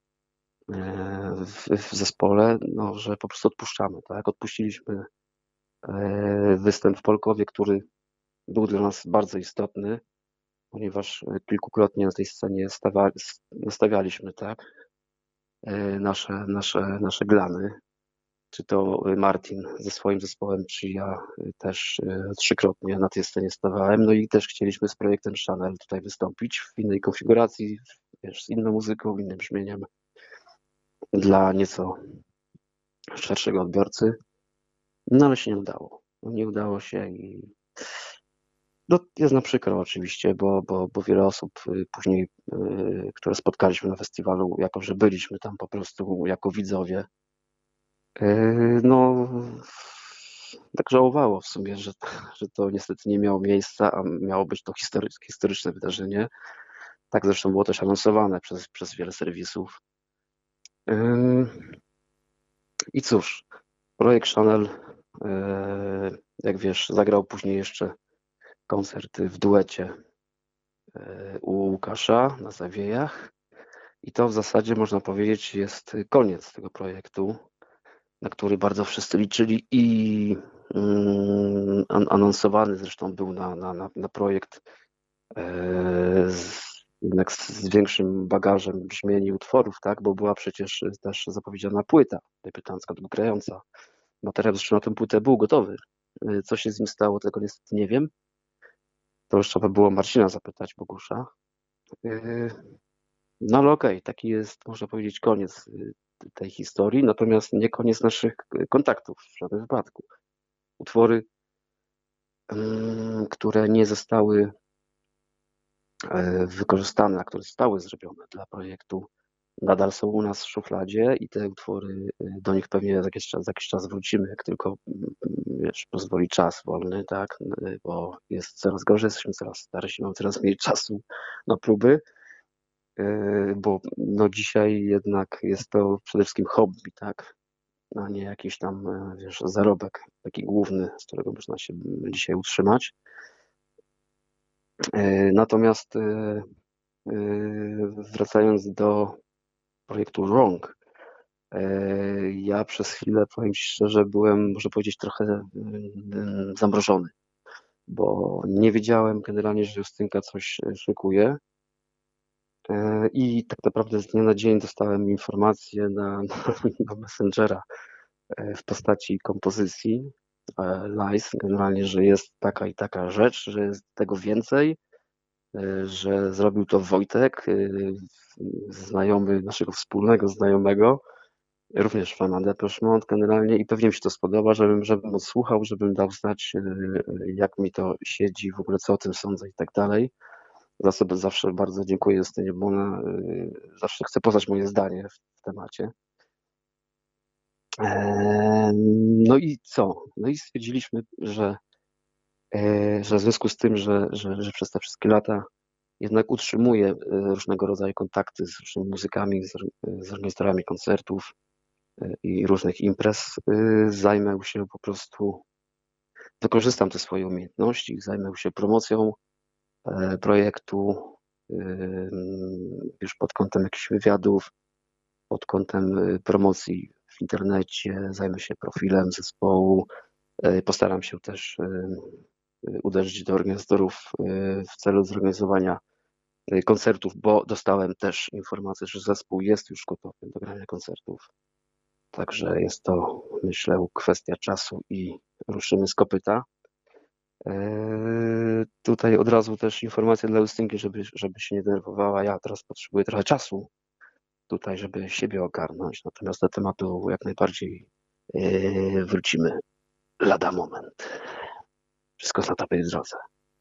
w, w zespole, no, że po prostu odpuszczamy, tak? Odpuściliśmy występ w Polkowie, który był dla nas bardzo istotny, ponieważ kilkukrotnie na tej scenie stawa, stawialiśmy tak, nasze, nasze, nasze glany. czy to Martin ze swoim zespołem, czy ja też trzykrotnie na tej scenie stawałem. No i też chcieliśmy z projektem Chanel tutaj wystąpić w innej konfiguracji, wiesz, z inną muzyką, innym brzmieniem dla nieco szerszego odbiorcy. No ale się nie udało. No, nie udało się i no, jest nam przykro oczywiście, bo, bo, bo wiele osób później, które spotkaliśmy na festiwalu, jako że byliśmy tam po prostu jako widzowie, no tak żałowało w sumie, że, że to niestety nie miało miejsca, a miało być to historyczne, historyczne wydarzenie. Tak zresztą było też anonsowane przez, przez wiele serwisów. I cóż, projekt Chanel, jak wiesz, zagrał później jeszcze koncerty w duecie u Łukasza na Zawiejach. I to w zasadzie można powiedzieć jest koniec tego projektu, na który bardzo wszyscy liczyli i mm, anonsowany zresztą był na, na, na, na projekt e, z, jednak z większym bagażem brzmień i utworów, tak? Bo była przecież też zapowiedziana płyta debiutancka, grająca. Materiał zresztą na tę płytę był gotowy. Co się z nim stało, tego niestety nie wiem. To już trzeba było Marcina zapytać, Bogusza. No ale okej, okay, taki jest, można powiedzieć, koniec tej historii, natomiast nie koniec naszych kontaktów w żadnym wypadku. Utwory, które nie zostały wykorzystane, a które zostały zrobione dla projektu, nadal są u nas w szufladzie i te utwory, do nich pewnie za jakiś czas, za jakiś czas wrócimy, jak tylko, wiesz, pozwoli czas wolny, tak, bo jest coraz gorzej, jesteśmy coraz starsi, mamy coraz mniej czasu na próby, bo no dzisiaj jednak jest to przede wszystkim hobby, tak, a nie jakiś tam, wiesz, zarobek taki główny, z którego można się dzisiaj utrzymać. Natomiast wracając do projektu Wrong, ja przez chwilę, powiem Ci szczerze, byłem, można powiedzieć, trochę zamrożony, bo nie wiedziałem generalnie, że Justynka coś szykuje i tak naprawdę z dnia na dzień dostałem informację na, na Messengera w postaci kompozycji Lies, generalnie, że jest taka i taka rzecz, że jest tego więcej, że zrobił to Wojtek, znajomy naszego wspólnego znajomego, również fana Depeche Mode generalnie i pewnie mi się to spodoba, żebym, żebym odsłuchał, żebym dał znać, jak mi to siedzi, w ogóle co o tym sądzę i tak dalej. Za sobie zawsze bardzo dziękuję Justynie, bo ona zawsze chce poznać moje zdanie w temacie. No i co? No i stwierdziliśmy, że, że w związku z tym, że, że, że przez te wszystkie lata jednak utrzymuję różnego rodzaju kontakty z różnymi muzykami, z, z organizatorami koncertów i różnych imprez, zajmę się po prostu, wykorzystam te swoje umiejętności, zajmę się promocją projektu już pod kątem jakichś wywiadów, pod kątem promocji w internecie, zajmę się profilem zespołu, postaram się też uderzyć do organizatorów w celu zorganizowania koncertów, bo dostałem też informację, że zespół jest już gotowy do grania koncertów. Także jest to, myślę, kwestia czasu i ruszymy z kopyta. Eee, tutaj od razu też informacja dla Justynki, żeby, żeby się nie denerwowała. Ja teraz potrzebuję trochę czasu tutaj, żeby siebie ogarnąć. Natomiast do tematu jak najbardziej eee, wrócimy lada moment. Wszystko na tapej drodze.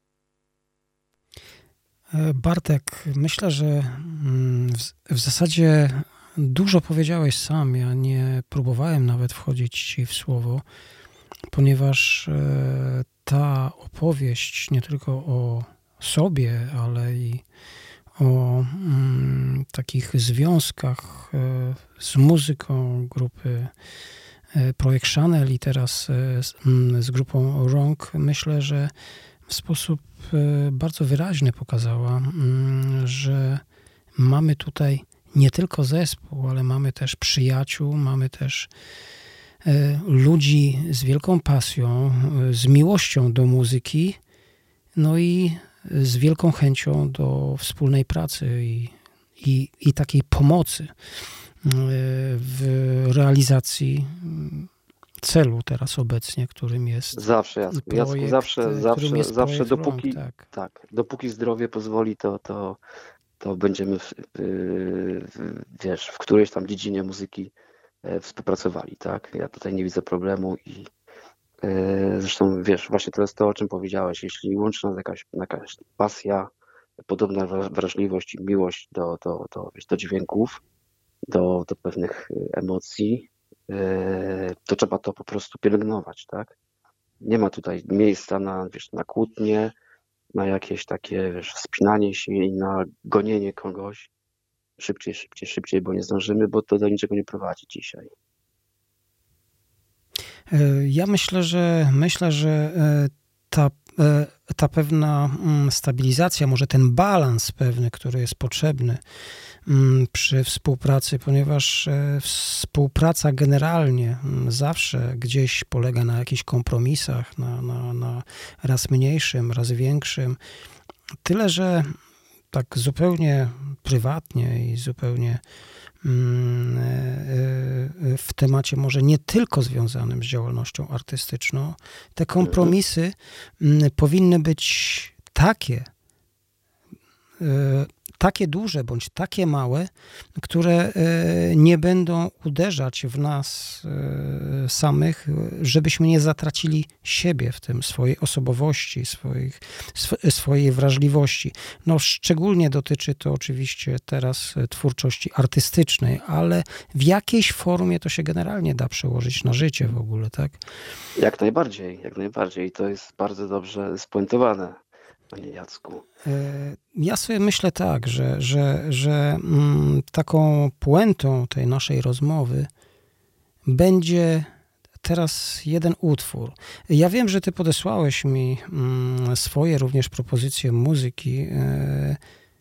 Bartek, myślę, że w, w zasadzie dużo powiedziałeś sam. Ja nie próbowałem nawet wchodzić ci w słowo, ponieważ ta opowieść nie tylko o sobie, ale i o mm, takich związkach z muzyką grupy Projekt Chanel i teraz z, z grupą Wrong, myślę, że w sposób bardzo wyraźny pokazała, że mamy tutaj nie tylko zespół, ale mamy też przyjaciół, mamy też ludzi z wielką pasją, z miłością do muzyki, no i z wielką chęcią do wspólnej pracy i, i, i takiej pomocy w realizacji celu teraz obecnie, którym jest Zawsze, Jacku, Jacku projekt, zawsze, którym zawsze, jest zawsze projekt dopóki, Rąk, tak. tak, dopóki zdrowie pozwoli, to, to, to będziemy w, w, wiesz, w którejś tam dziedzinie muzyki e, współpracowali, tak? Ja tutaj nie widzę problemu i e, zresztą, wiesz, właśnie to jest to, o czym powiedziałeś. Jeśli łączy nas jakaś, jakaś pasja, podobna wra- wrażliwość i miłość do, do, do, wiesz, do dźwięków, do, do pewnych emocji, e, to trzeba to po prostu pielęgnować, tak? Nie ma tutaj miejsca na, wiesz, na kłótnie, na jakieś takie, wiesz, wspinanie się i na gonienie kogoś. Szybciej, szybciej, szybciej, bo nie zdążymy, bo to do niczego nie prowadzi dzisiaj. E, Ja myślę, że myślę, że e, ta, e, ta pewna mm, stabilizacja, może ten balans pewny, który jest potrzebny mm, przy współpracy, ponieważ e, współpraca generalnie mm, zawsze gdzieś polega na jakichś kompromisach, na, na, na raz mniejszym, raz większym. Tyle, że tak zupełnie prywatnie i zupełnie mm, e, e, w temacie może nie tylko związanym z działalnością artystyczną, te kompromisy mm, powinny być takie, e, takie duże bądź takie małe, które e, nie będą uderzać w nas e, samych, żebyśmy nie zatracili siebie w tym, swojej osobowości, swoich, sw- swojej wrażliwości. No, szczególnie dotyczy to oczywiście teraz e, twórczości artystycznej, ale w jakiejś formie to się generalnie da przełożyć na życie w ogóle, tak? Jak najbardziej, jak najbardziej. To jest bardzo dobrze spuentowane, panie Jacku. E, Ja sobie myślę tak, że, że, że mm, taką puentą tej naszej rozmowy będzie teraz jeden utwór. Ja wiem, że ty podesłałeś mi mm, swoje również propozycje muzyki. E,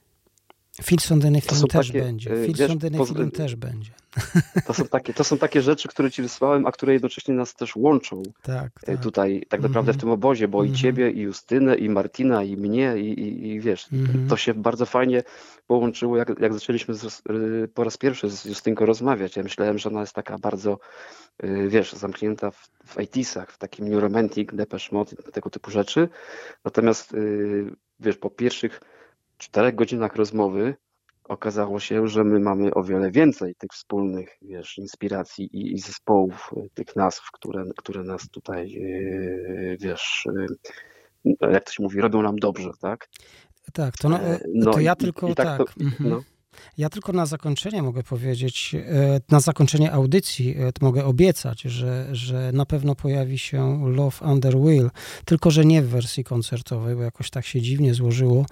Filson the Nephilim też takie, będzie. y, Filson wiesz, the poz- Nephilim też będzie. To są takie, to są takie rzeczy, które ci wysłałem, a które jednocześnie nas też łączą Tak, e, tak. tutaj tak naprawdę w Mhm. tym obozie, bo i Mhm. ciebie, i Justynę, i Martina, i mnie, i, i, i wiesz, Mhm. to się bardzo fajnie połączyło, jak, jak zaczęliśmy z, y, po raz pierwszy z Justynką rozmawiać. Ja myślałem, że ona jest taka bardzo, y, wiesz, zamknięta w, w osiemdziesiątych, w takim New Romantic, Depeche Mode, tego typu rzeczy. Natomiast, y, wiesz, po pierwszych czterech godzinach rozmowy okazało się, że my mamy o wiele więcej tych wspólnych, wiesz, inspiracji i, i zespołów, y, tych nazw, które, które nas tutaj, yy, wiesz, yy, jak to się mówi, robią nam dobrze, tak? Tak, to, no, E, no to i- ja i- tylko i tak tak. to- mhm. no. Ja tylko na zakończenie mogę powiedzieć, e, na zakończenie audycji e, mogę obiecać, że, że na pewno pojawi się Love Under Will, tylko że nie w wersji koncertowej, bo jakoś tak się dziwnie złożyło,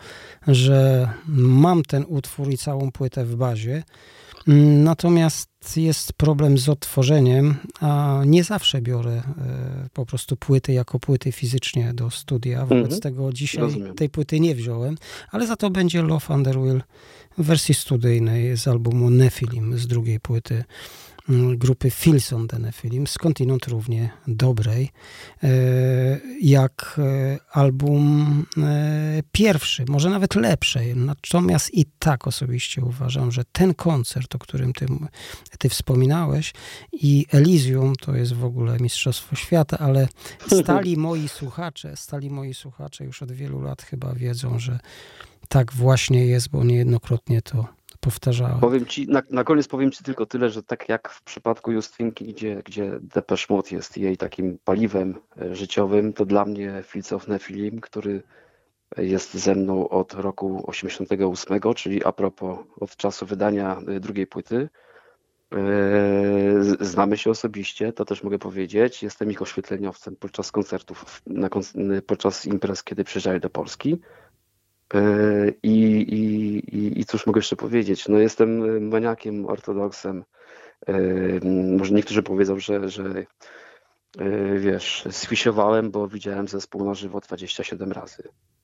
że mam ten utwór i całą płytę w bazie. Mm, Natomiast jest problem z odtworzeniem, a nie zawsze biorę e, po prostu płyty jako płyty fizycznie do studia. Wobec Mhm. tego dzisiaj Rozumiem. tej płyty nie wziąłem, ale za to będzie Love Under Will w wersji studyjnej z albumu Nephilim, z drugiej płyty mm, grupy Filson the Nephilim, skądinąd równie dobrej, e, jak e, album e, pierwszy, może nawet lepszej. Natomiast i tak osobiście uważam, że ten koncert, o którym ty, ty wspominałeś, i Elysium to jest w ogóle mistrzostwo świata, ale stali moi słuchacze, stali moi słuchacze już od wielu lat chyba wiedzą, że tak właśnie jest, bo niejednokrotnie to powtarzałem. Powiem ci, na, na koniec powiem ci tylko tyle, że tak jak w przypadku Justynki, gdzie, gdzie Depeche Mode jest jej takim paliwem e, życiowym, to dla mnie Fields of Nephilim, który jest ze mną od roku osiemdziesiątego ósmego, czyli a propos od czasu wydania e, drugiej płyty. E, z- Znamy się osobiście, to też mogę powiedzieć. Jestem ich oświetleniowcem podczas koncertów, na, konc- podczas imprez, kiedy przyjeżdżają do Polski. E, I, i, i, I cóż mogę jeszcze powiedzieć? No jestem maniakiem, ortodoksem. E, Może niektórzy powiedzą, że, że e, wiesz, skwisiowałem, bo widziałem zespół na żywo dwadzieścia siedem razy.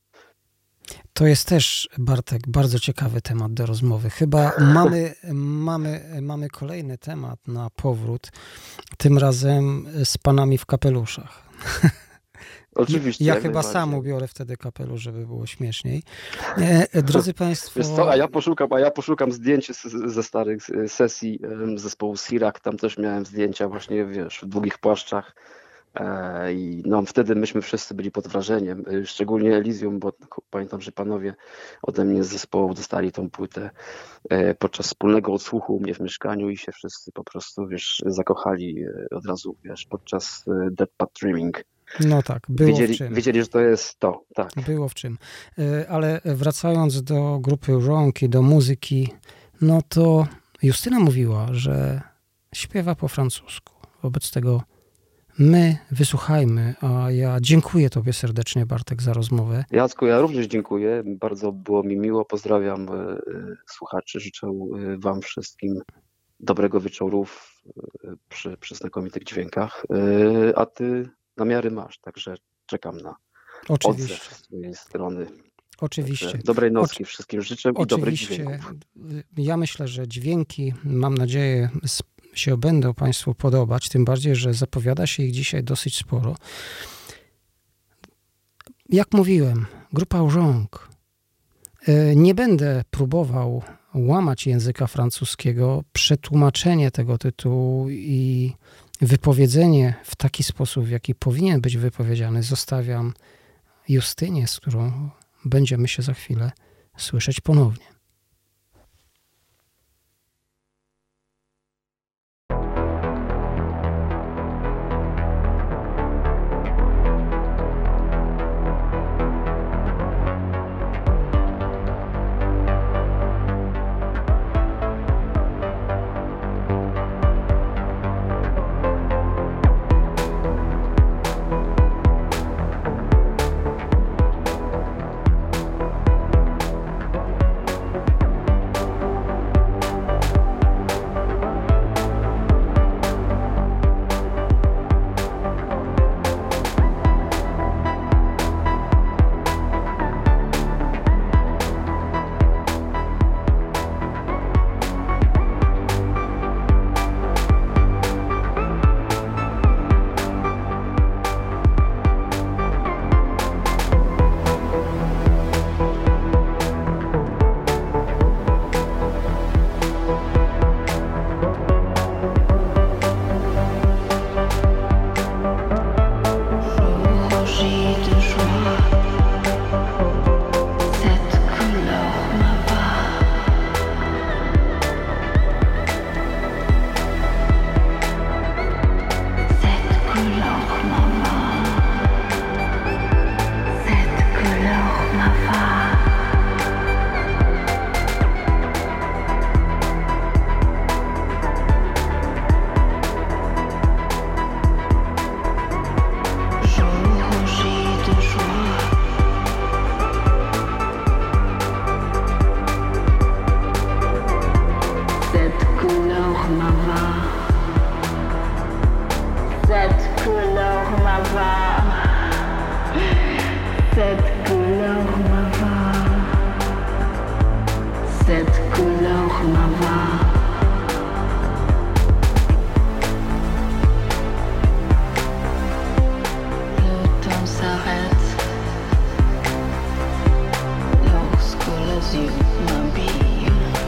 To jest też, Bartek, bardzo ciekawy temat do rozmowy. Chyba mamy, mamy, mamy kolejny temat na powrót, tym razem z panami w kapeluszach. Oczywiście. Ja jak chyba sam najbardziej. ubiorę wtedy kapelusz, żeby było śmieszniej. E, drodzy Państwo... Wiesz co, a ja poszukam, a ja poszukam zdjęć z- ze starych sesji em, zespołu Sirak. Tam też miałem zdjęcia właśnie, wiesz, w długich płaszczach. E, I no, wtedy myśmy wszyscy byli pod wrażeniem, e, szczególnie Elysium, bo k- pamiętam, że panowie ode mnie z zespołu dostali tą płytę e, podczas wspólnego odsłuchu u mnie w mieszkaniu i się wszyscy po prostu, wiesz, zakochali e, od razu, wiesz, podczas e, Dead Pat Dreaming. No tak, było Wiedzieli, w czym. wiedzieli, że to jest to, tak. Było w czym. E, Ale wracając do grupy Wrong i do muzyki, no to Justyna mówiła, że śpiewa po francusku. Wobec tego my wysłuchajmy, a ja dziękuję Tobie serdecznie, Bartek, za rozmowę. Jacku, ja również dziękuję. Bardzo było mi miło. Pozdrawiam e, e, słuchaczy. Życzę e, Wam wszystkim dobrego wieczoru w- e, przy, przy znakomitych dźwiękach. E, A Ty namiary masz, także czekam na odzew Oczywiście, z Twojej strony. oczywiście. Także dobrej nocki wszystkim życzę i dobrych Oczywiście. dźwięków. Ja myślę, że dźwięki, mam nadzieję, sp- się będą Państwu podobać, tym bardziej, że zapowiada się ich dzisiaj dosyć sporo. Jak mówiłem, grupa Wrong. E, Nie będę próbował łamać języka francuskiego. Przetłumaczenie tego tytułu i wypowiedzenie w taki sposób, w jaki powinien być wypowiedziany, zostawiam Justynie, z którą będziemy się za chwilę słyszeć ponownie. Rougis de joie, cette couleur me va. Cette couleur me va. Cette couleur me va. Je rougis de joie. Cette couleur me va. Cette couleur me va. Cette couleur me va. Cette couleur me va. Le temps s'arrête lorsque les yeux m'habillent.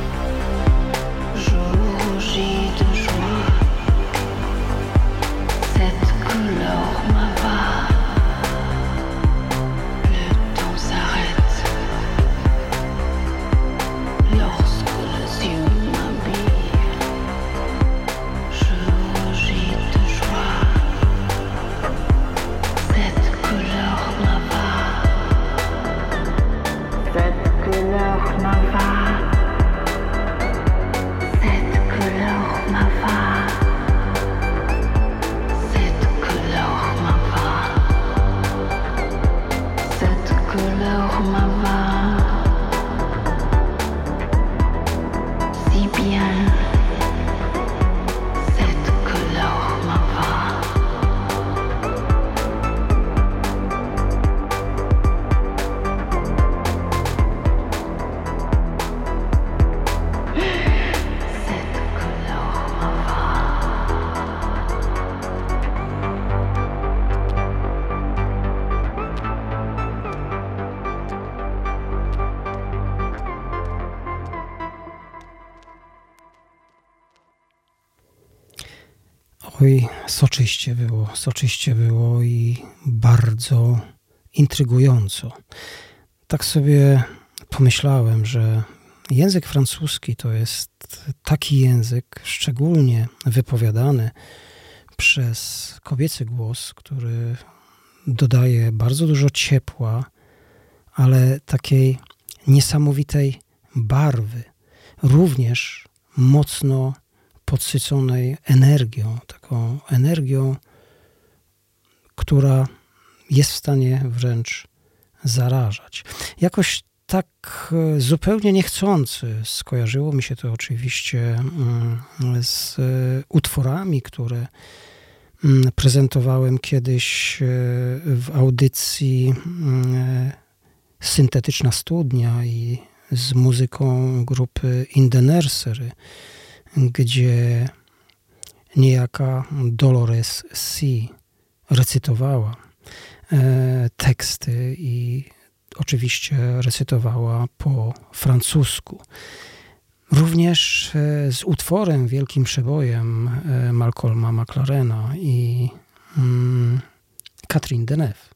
Je rougis de joie. Cette couleur me va. Le temps s'arrête lorsque les yeux Oj, soczyście było, soczyście było i bardzo intrygująco. Tak sobie pomyślałem, że język francuski to jest taki język, szczególnie wypowiadany przez kobiecy głos, który dodaje bardzo dużo ciepła, ale takiej niesamowitej barwy, również mocno podsyconej energią, taką energią, która jest w stanie wręcz zarażać. Jakoś tak zupełnie niechcący skojarzyło mi się to oczywiście z utworami, które prezentowałem kiedyś w audycji Syntetyczna Studnia i z muzyką grupy In the Nursery, gdzie niejaka Dolores C. recytowała e, teksty i oczywiście recytowała po francusku. Również e, z utworem, wielkim przebojem e, Malcolma McLarena i mm, Catherine Deneuve.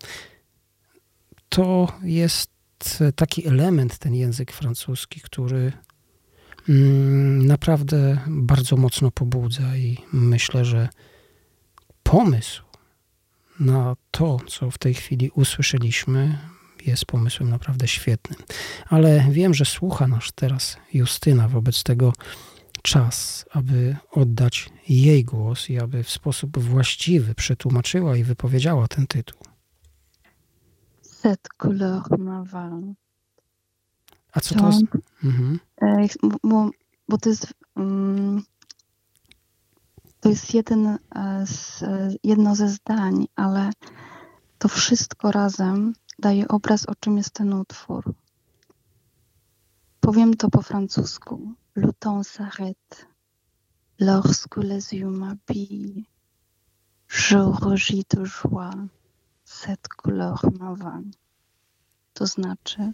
To jest taki element, ten język francuski, który mm, naprawdę bardzo mocno pobudza i myślę, że pomysł na to, co w tej chwili usłyszeliśmy, jest pomysłem naprawdę świetnym. Ale wiem, że słucha nas teraz Justyna, wobec tego czas, aby oddać jej głos i aby w sposób właściwy przetłumaczyła i wypowiedziała ten tytuł. Cette couleur m'avale. A co to jest? Mhm. Bo, bo to jest um, to jest jeden z, jedno ze zdań, ale to wszystko razem daje obraz, o czym jest ten utwór. Powiem to po francusku. Le temps s'arrête lorsque les yeux m'habillent. Je rougis de joie. Cette couleur m'avale. To znaczy,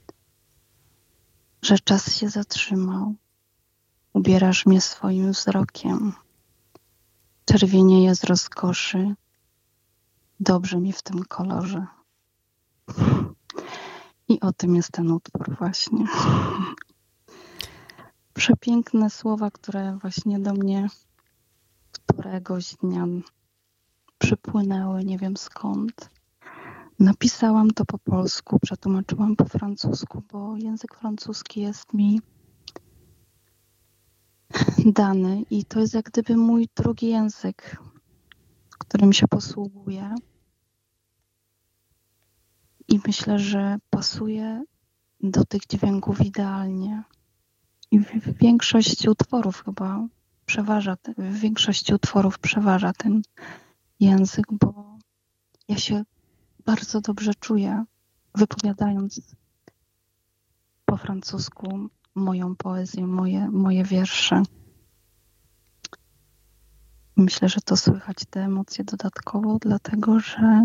że czas się zatrzymał. Ubierasz mnie swoim wzrokiem. Czerwienieję z rozkoszy. Dobrze mi w tym kolorze. I o tym jest ten utwór właśnie. Przepiękne słowa, które właśnie do mnie któregoś dnia przypłynęły, nie wiem skąd. Napisałam to po polsku, przetłumaczyłam po francusku, bo język francuski jest mi dany i to jest jak gdyby mój drugi język, którym się posługuję. I myślę, że pasuje do tych dźwięków idealnie. I w, w większości utworów chyba przeważa, w większości utworów przeważa ten język, bo ja się bardzo dobrze czuję, wypowiadając po francusku moją poezję, moje, moje wiersze. Myślę, że to słychać te emocje dodatkowo, dlatego że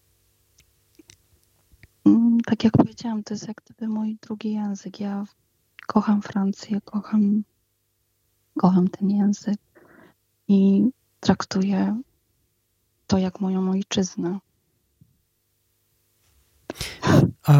tak jak powiedziałam, to jest jak gdyby mój drugi język. Ja kocham Francję, kocham, kocham ten język i traktuję to jak moją ojczyznę. A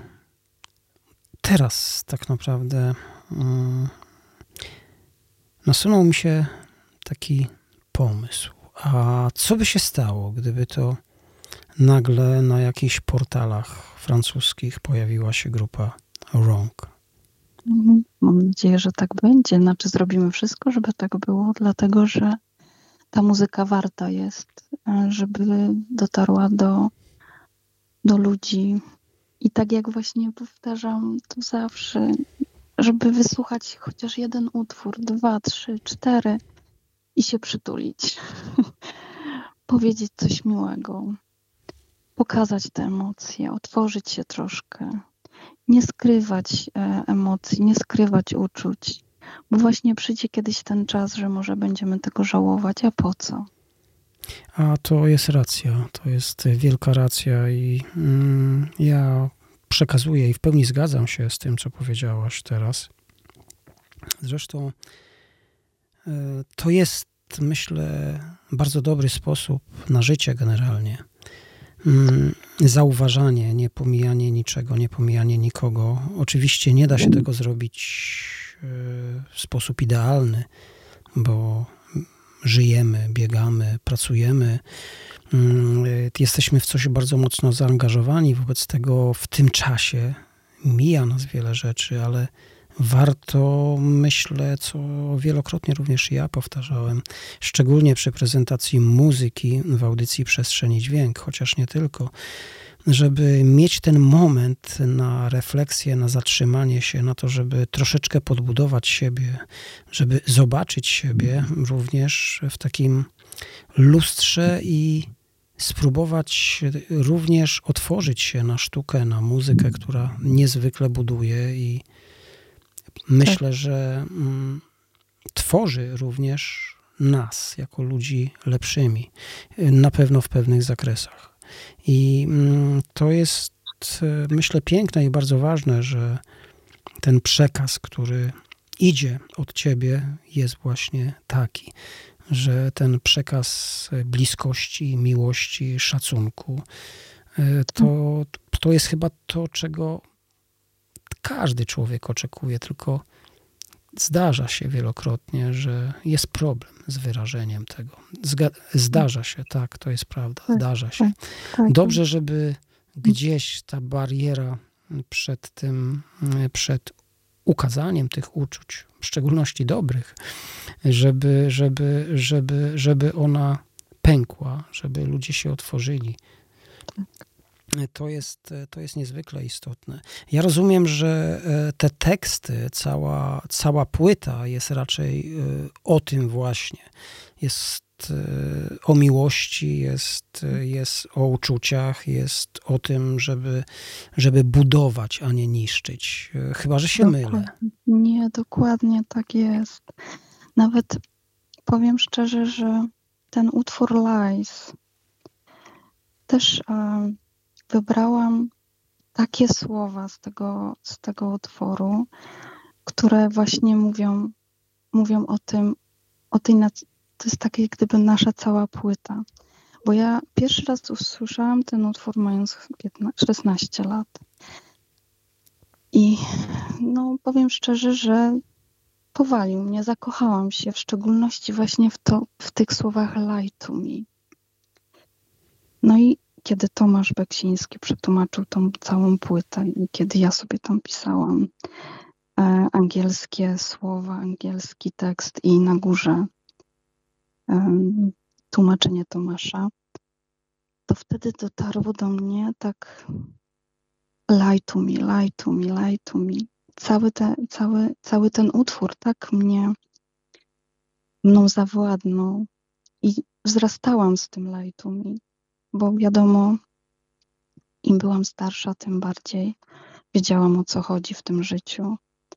teraz tak naprawdę um, nasunął mi się taki pomysł. A co by się stało, gdyby to nagle na jakichś portalach francuskich pojawiła się grupa Wrong? Mam nadzieję, że tak będzie. Znaczy zrobimy wszystko, żeby tak było, dlatego że ta muzyka warta jest, żeby dotarła do, do ludzi. I tak jak właśnie powtarzam tu zawsze, żeby wysłuchać chociaż jeden utwór, dwa, trzy, cztery i się przytulić. Powiedzieć coś miłego. Pokazać te emocje, otworzyć się troszkę. Nie skrywać e, emocji, nie skrywać uczuć. Bo właśnie przyjdzie kiedyś ten czas, że może będziemy tego żałować, a po co? A to jest racja, to jest wielka racja i mm, ja przekazuję i w pełni zgadzam się z tym, co powiedziałaś teraz. Zresztą y, to jest myślę, bardzo dobry sposób na życie generalnie. Zauważanie, nie pomijanie niczego, nie pomijanie nikogo. Oczywiście nie da się tego zrobić w sposób idealny, bo żyjemy, biegamy, pracujemy, jesteśmy w coś bardzo mocno zaangażowani, wobec tego w tym czasie mija nas wiele rzeczy, ale warto, myślę, co wielokrotnie również ja powtarzałem, szczególnie przy prezentacji muzyki w audycji Przestrzeń i Dźwięk, chociaż nie tylko, żeby mieć ten moment na refleksję, na zatrzymanie się, na to, żeby troszeczkę podbudować siebie, żeby zobaczyć siebie również w takim lustrze i spróbować również otworzyć się na sztukę, na muzykę, która niezwykle buduje i myślę, tak. że mm, tworzy również nas jako ludzi lepszymi, na pewno w pewnych zakresach. I mm, to jest, myślę, piękne i bardzo ważne, że ten przekaz, który idzie od ciebie, jest właśnie taki, że ten przekaz bliskości, miłości, szacunku, to, to jest chyba to, czego każdy człowiek oczekuje, tylko zdarza się wielokrotnie, że jest problem z wyrażeniem tego. Zga- zdarza się, tak, to jest prawda, zdarza się. Dobrze, żeby gdzieś ta bariera przed tym, przed ukazaniem tych uczuć, w szczególności dobrych, żeby, żeby, żeby, żeby ona pękła, żeby ludzie się otworzyli. To jest, to jest niezwykle istotne. Ja rozumiem, że te teksty, cała, cała płyta jest raczej o tym właśnie. Jest o miłości, jest, jest o uczuciach, jest o tym, żeby, żeby budować, a nie niszczyć. Chyba że się dokładnie. mylę. Nie, dokładnie tak jest. Nawet powiem szczerze, że ten utwór Lies też um, wybrałam takie słowa z tego, z tego utworu, które właśnie mówią, mówią o tym, o tej, to jest takie jak gdyby nasza cała płyta. Bo ja pierwszy raz usłyszałam ten utwór mając szesnaście lat. I no powiem szczerze, że powalił mnie, zakochałam się, w szczególności właśnie w, to, w tych słowach lie to me. No i kiedy Tomasz Beksiński przetłumaczył tą całą płytę i kiedy ja sobie tam pisałam e, angielskie słowa, angielski tekst i na górze e, tłumaczenie Tomasza, to wtedy dotarło do mnie tak lie to me, lie to me, lie to me. Cały, te, cały, cały ten utwór tak mnie mną zawładnął i wzrastałam z tym lie to me. Bo wiadomo, im byłam starsza, tym bardziej wiedziałam, o co chodzi w tym życiu.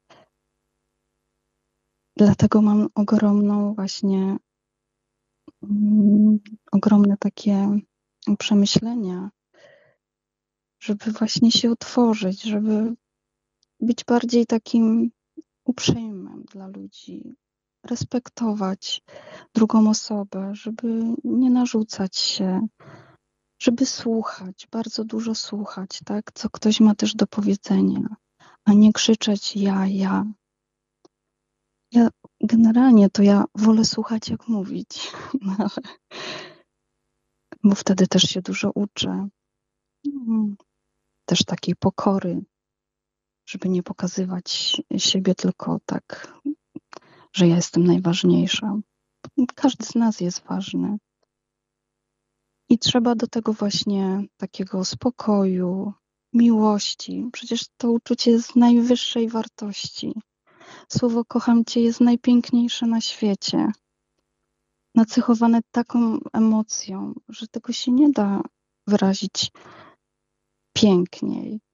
Dlatego mam ogromną właśnie, mm, ogromne takie przemyślenia, żeby właśnie się otworzyć, żeby być bardziej takim uprzejmym dla ludzi, respektować drugą osobę, żeby nie narzucać się, żeby słuchać, bardzo dużo słuchać, tak, co ktoś ma też do powiedzenia, a nie krzyczeć ja, ja. Ja generalnie to ja wolę słuchać, jak mówić, no, ale, bo wtedy też się dużo uczę. Też takiej pokory, żeby nie pokazywać siebie tylko tak, że ja jestem najważniejsza. Każdy z nas jest ważny. I trzeba do tego właśnie takiego spokoju, miłości. Przecież to uczucie jest najwyższej wartości. Słowo kocham cię jest najpiękniejsze na świecie. Nacechowane taką emocją, że tego się nie da wyrazić piękniej.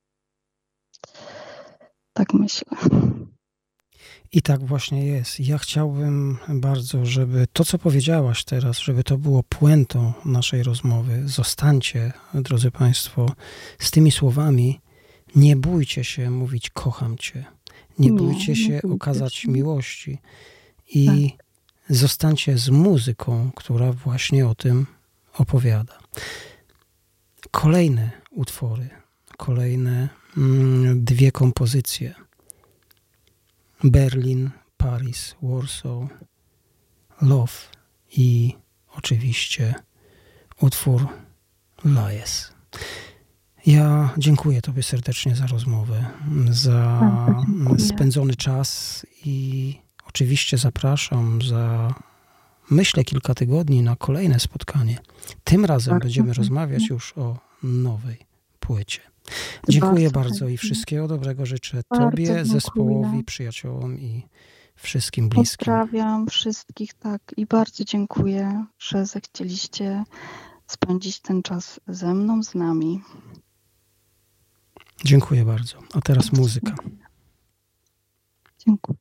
Tak myślę. I tak właśnie jest. Ja chciałbym bardzo, żeby to, co powiedziałaś teraz, żeby to było puentą naszej rozmowy. Zostańcie, drodzy Państwo, z tymi słowami. Nie bójcie się mówić kocham cię. Nie, nie bójcie się nie okazać się. miłości. I zostańcie z muzyką, która właśnie o tym opowiada. Kolejne utwory, kolejne mm, dwie kompozycje. Berlin, Paris, Warsaw, Love i oczywiście utwór Lies. Ja dziękuję Tobie serdecznie za rozmowę, za spędzony czas i oczywiście zapraszam za, myślę, kilka tygodni na kolejne spotkanie. Tym razem będziemy rozmawiać już o nowej płycie. Dziękuję bardzo, bardzo i wszystkiego dobrego życzę bardzo Tobie, dziękuję. Zespołowi, przyjaciołom i wszystkim bliskim. Pozdrawiam wszystkich, tak, i bardzo dziękuję, że zechcieliście spędzić ten czas ze mną, z nami. Dziękuję bardzo. A teraz muzyka. Dziękuję.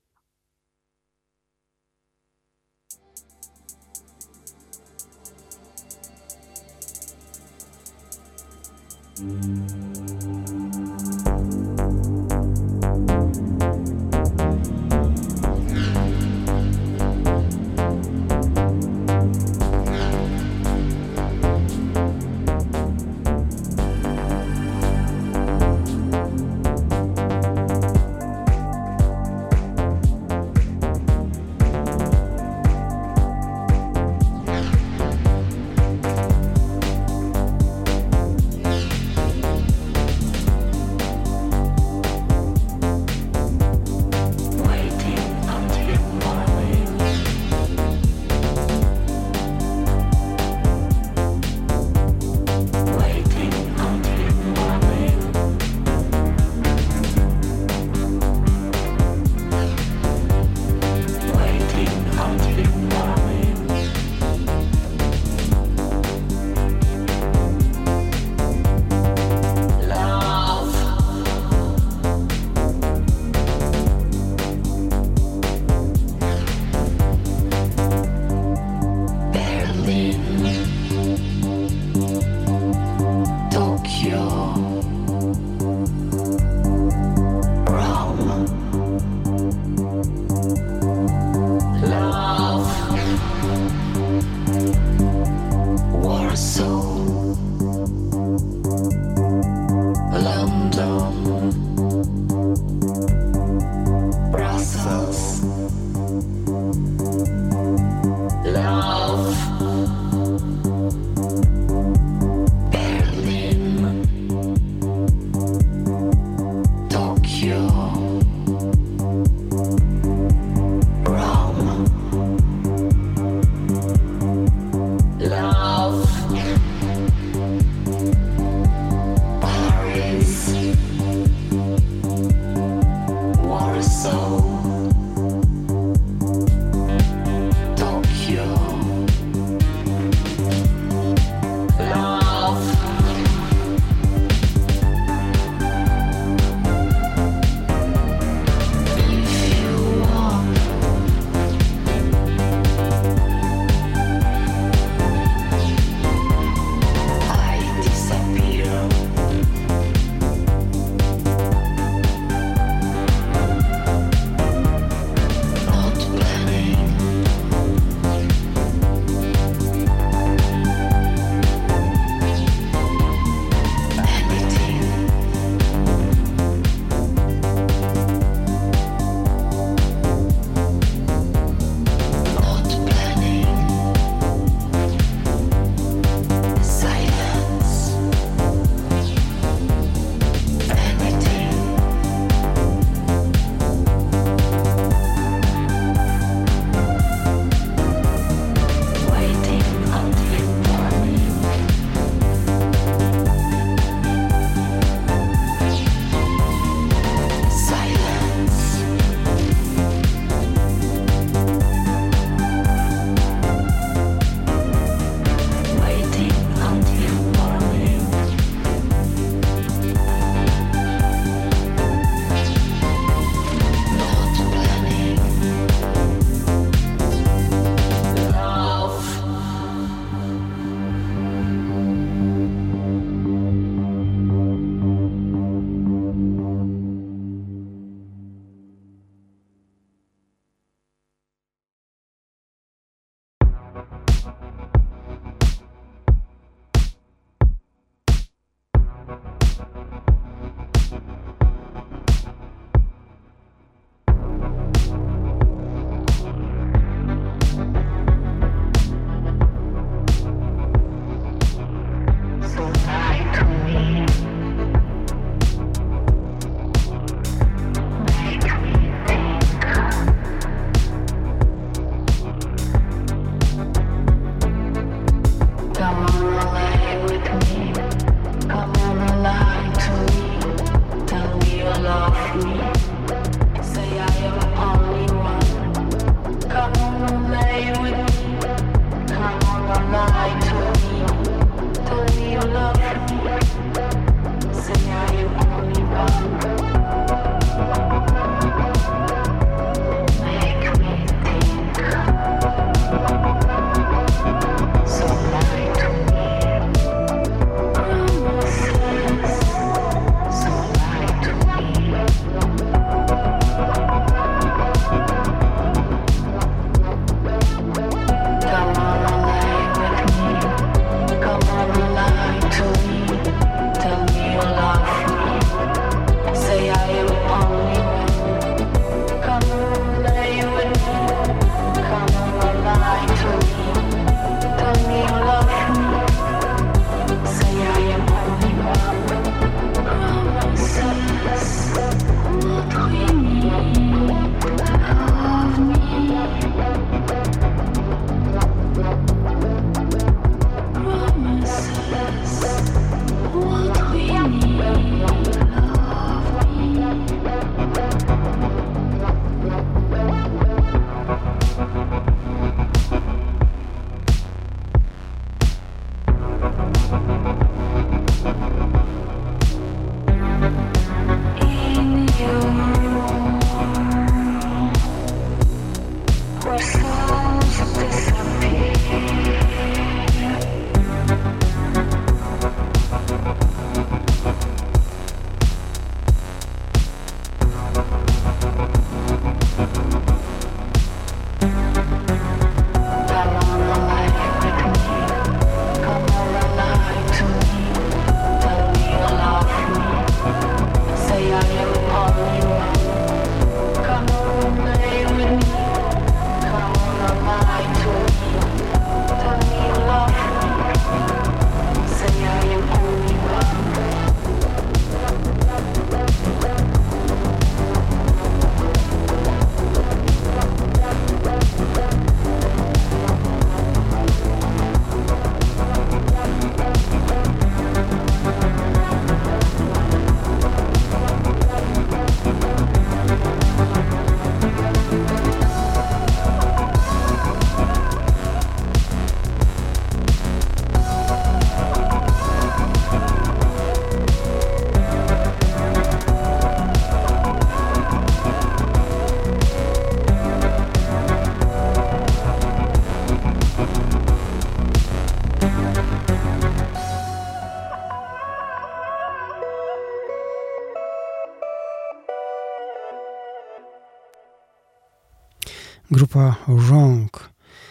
Grupa Wrong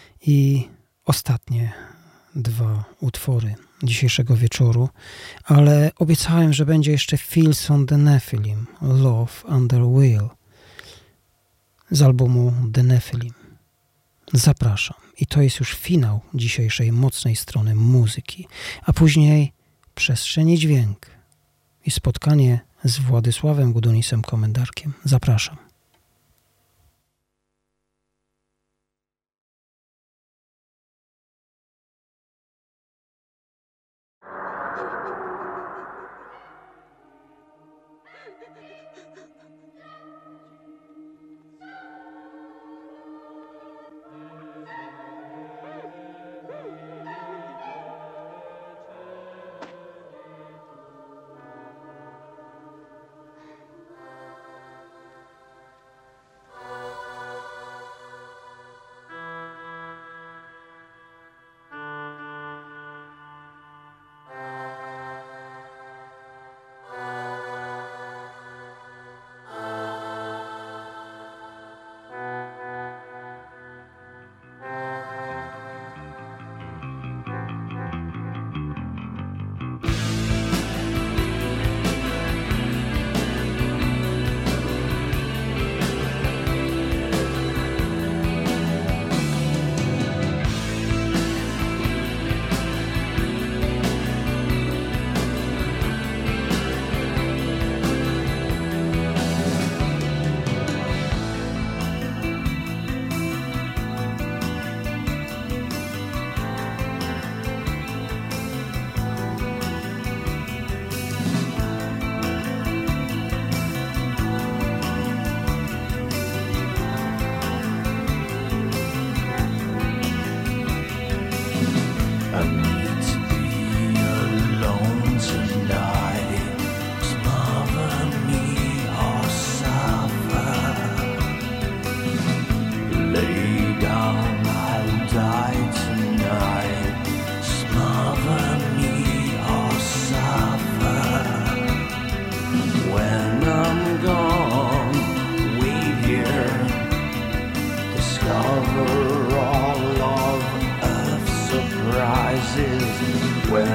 i ostatnie dwa utwory dzisiejszego wieczoru, ale obiecałem, że będzie jeszcze Fields on the Nephilim, Love Under Will z albumu The Nephilim. Zapraszam. I to jest już finał dzisiejszej mocnej strony muzyki, a później Przestrzeń i Dźwięk i spotkanie z Władysławem Gudonisem Komendarkiem. Zapraszam.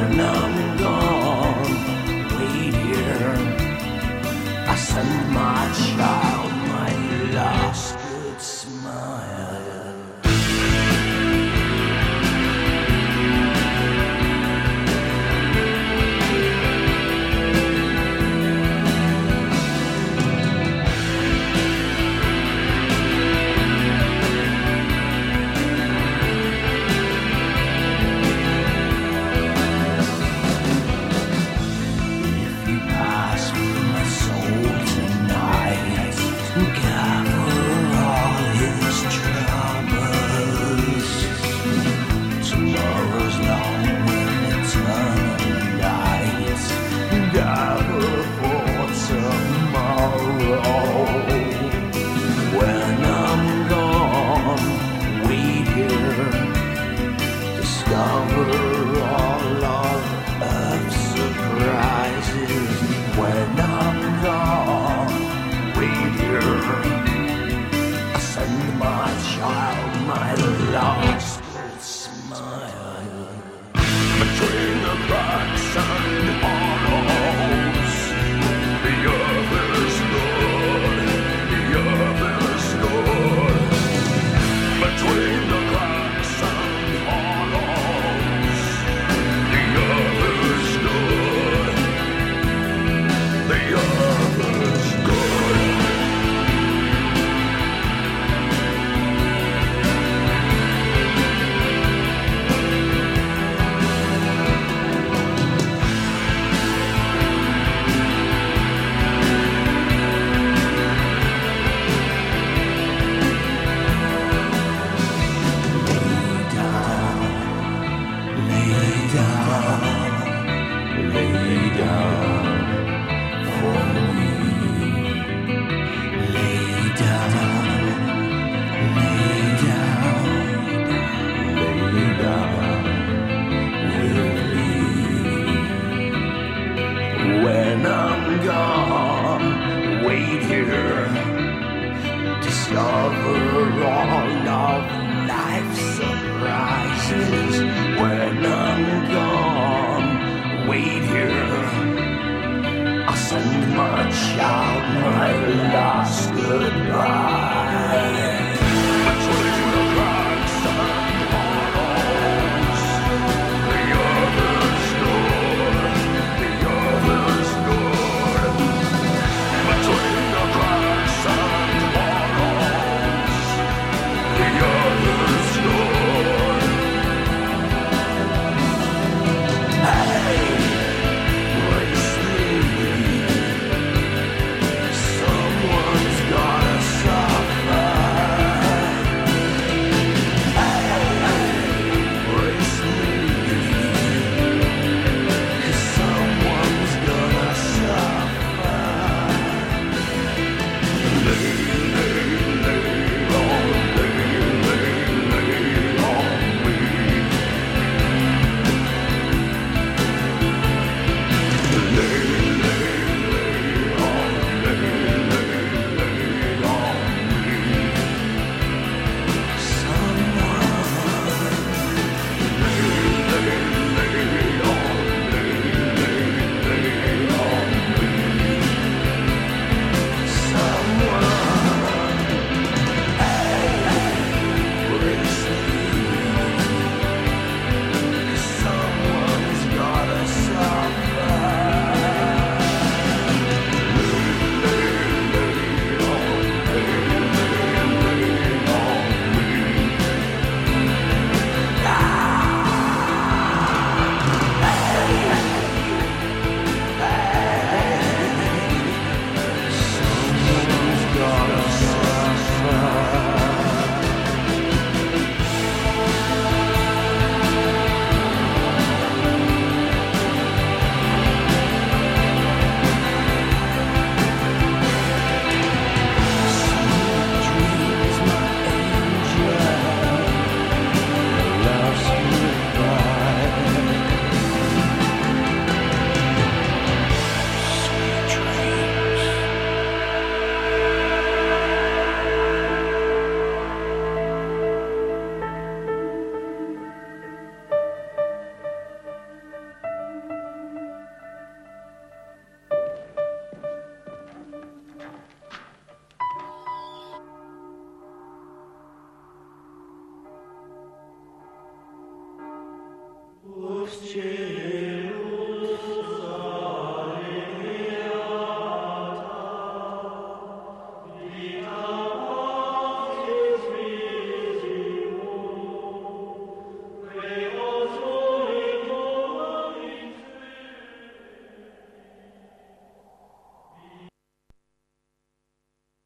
When I'm gone, wait here. I send my child my last good smile. Discover all of life's surprises when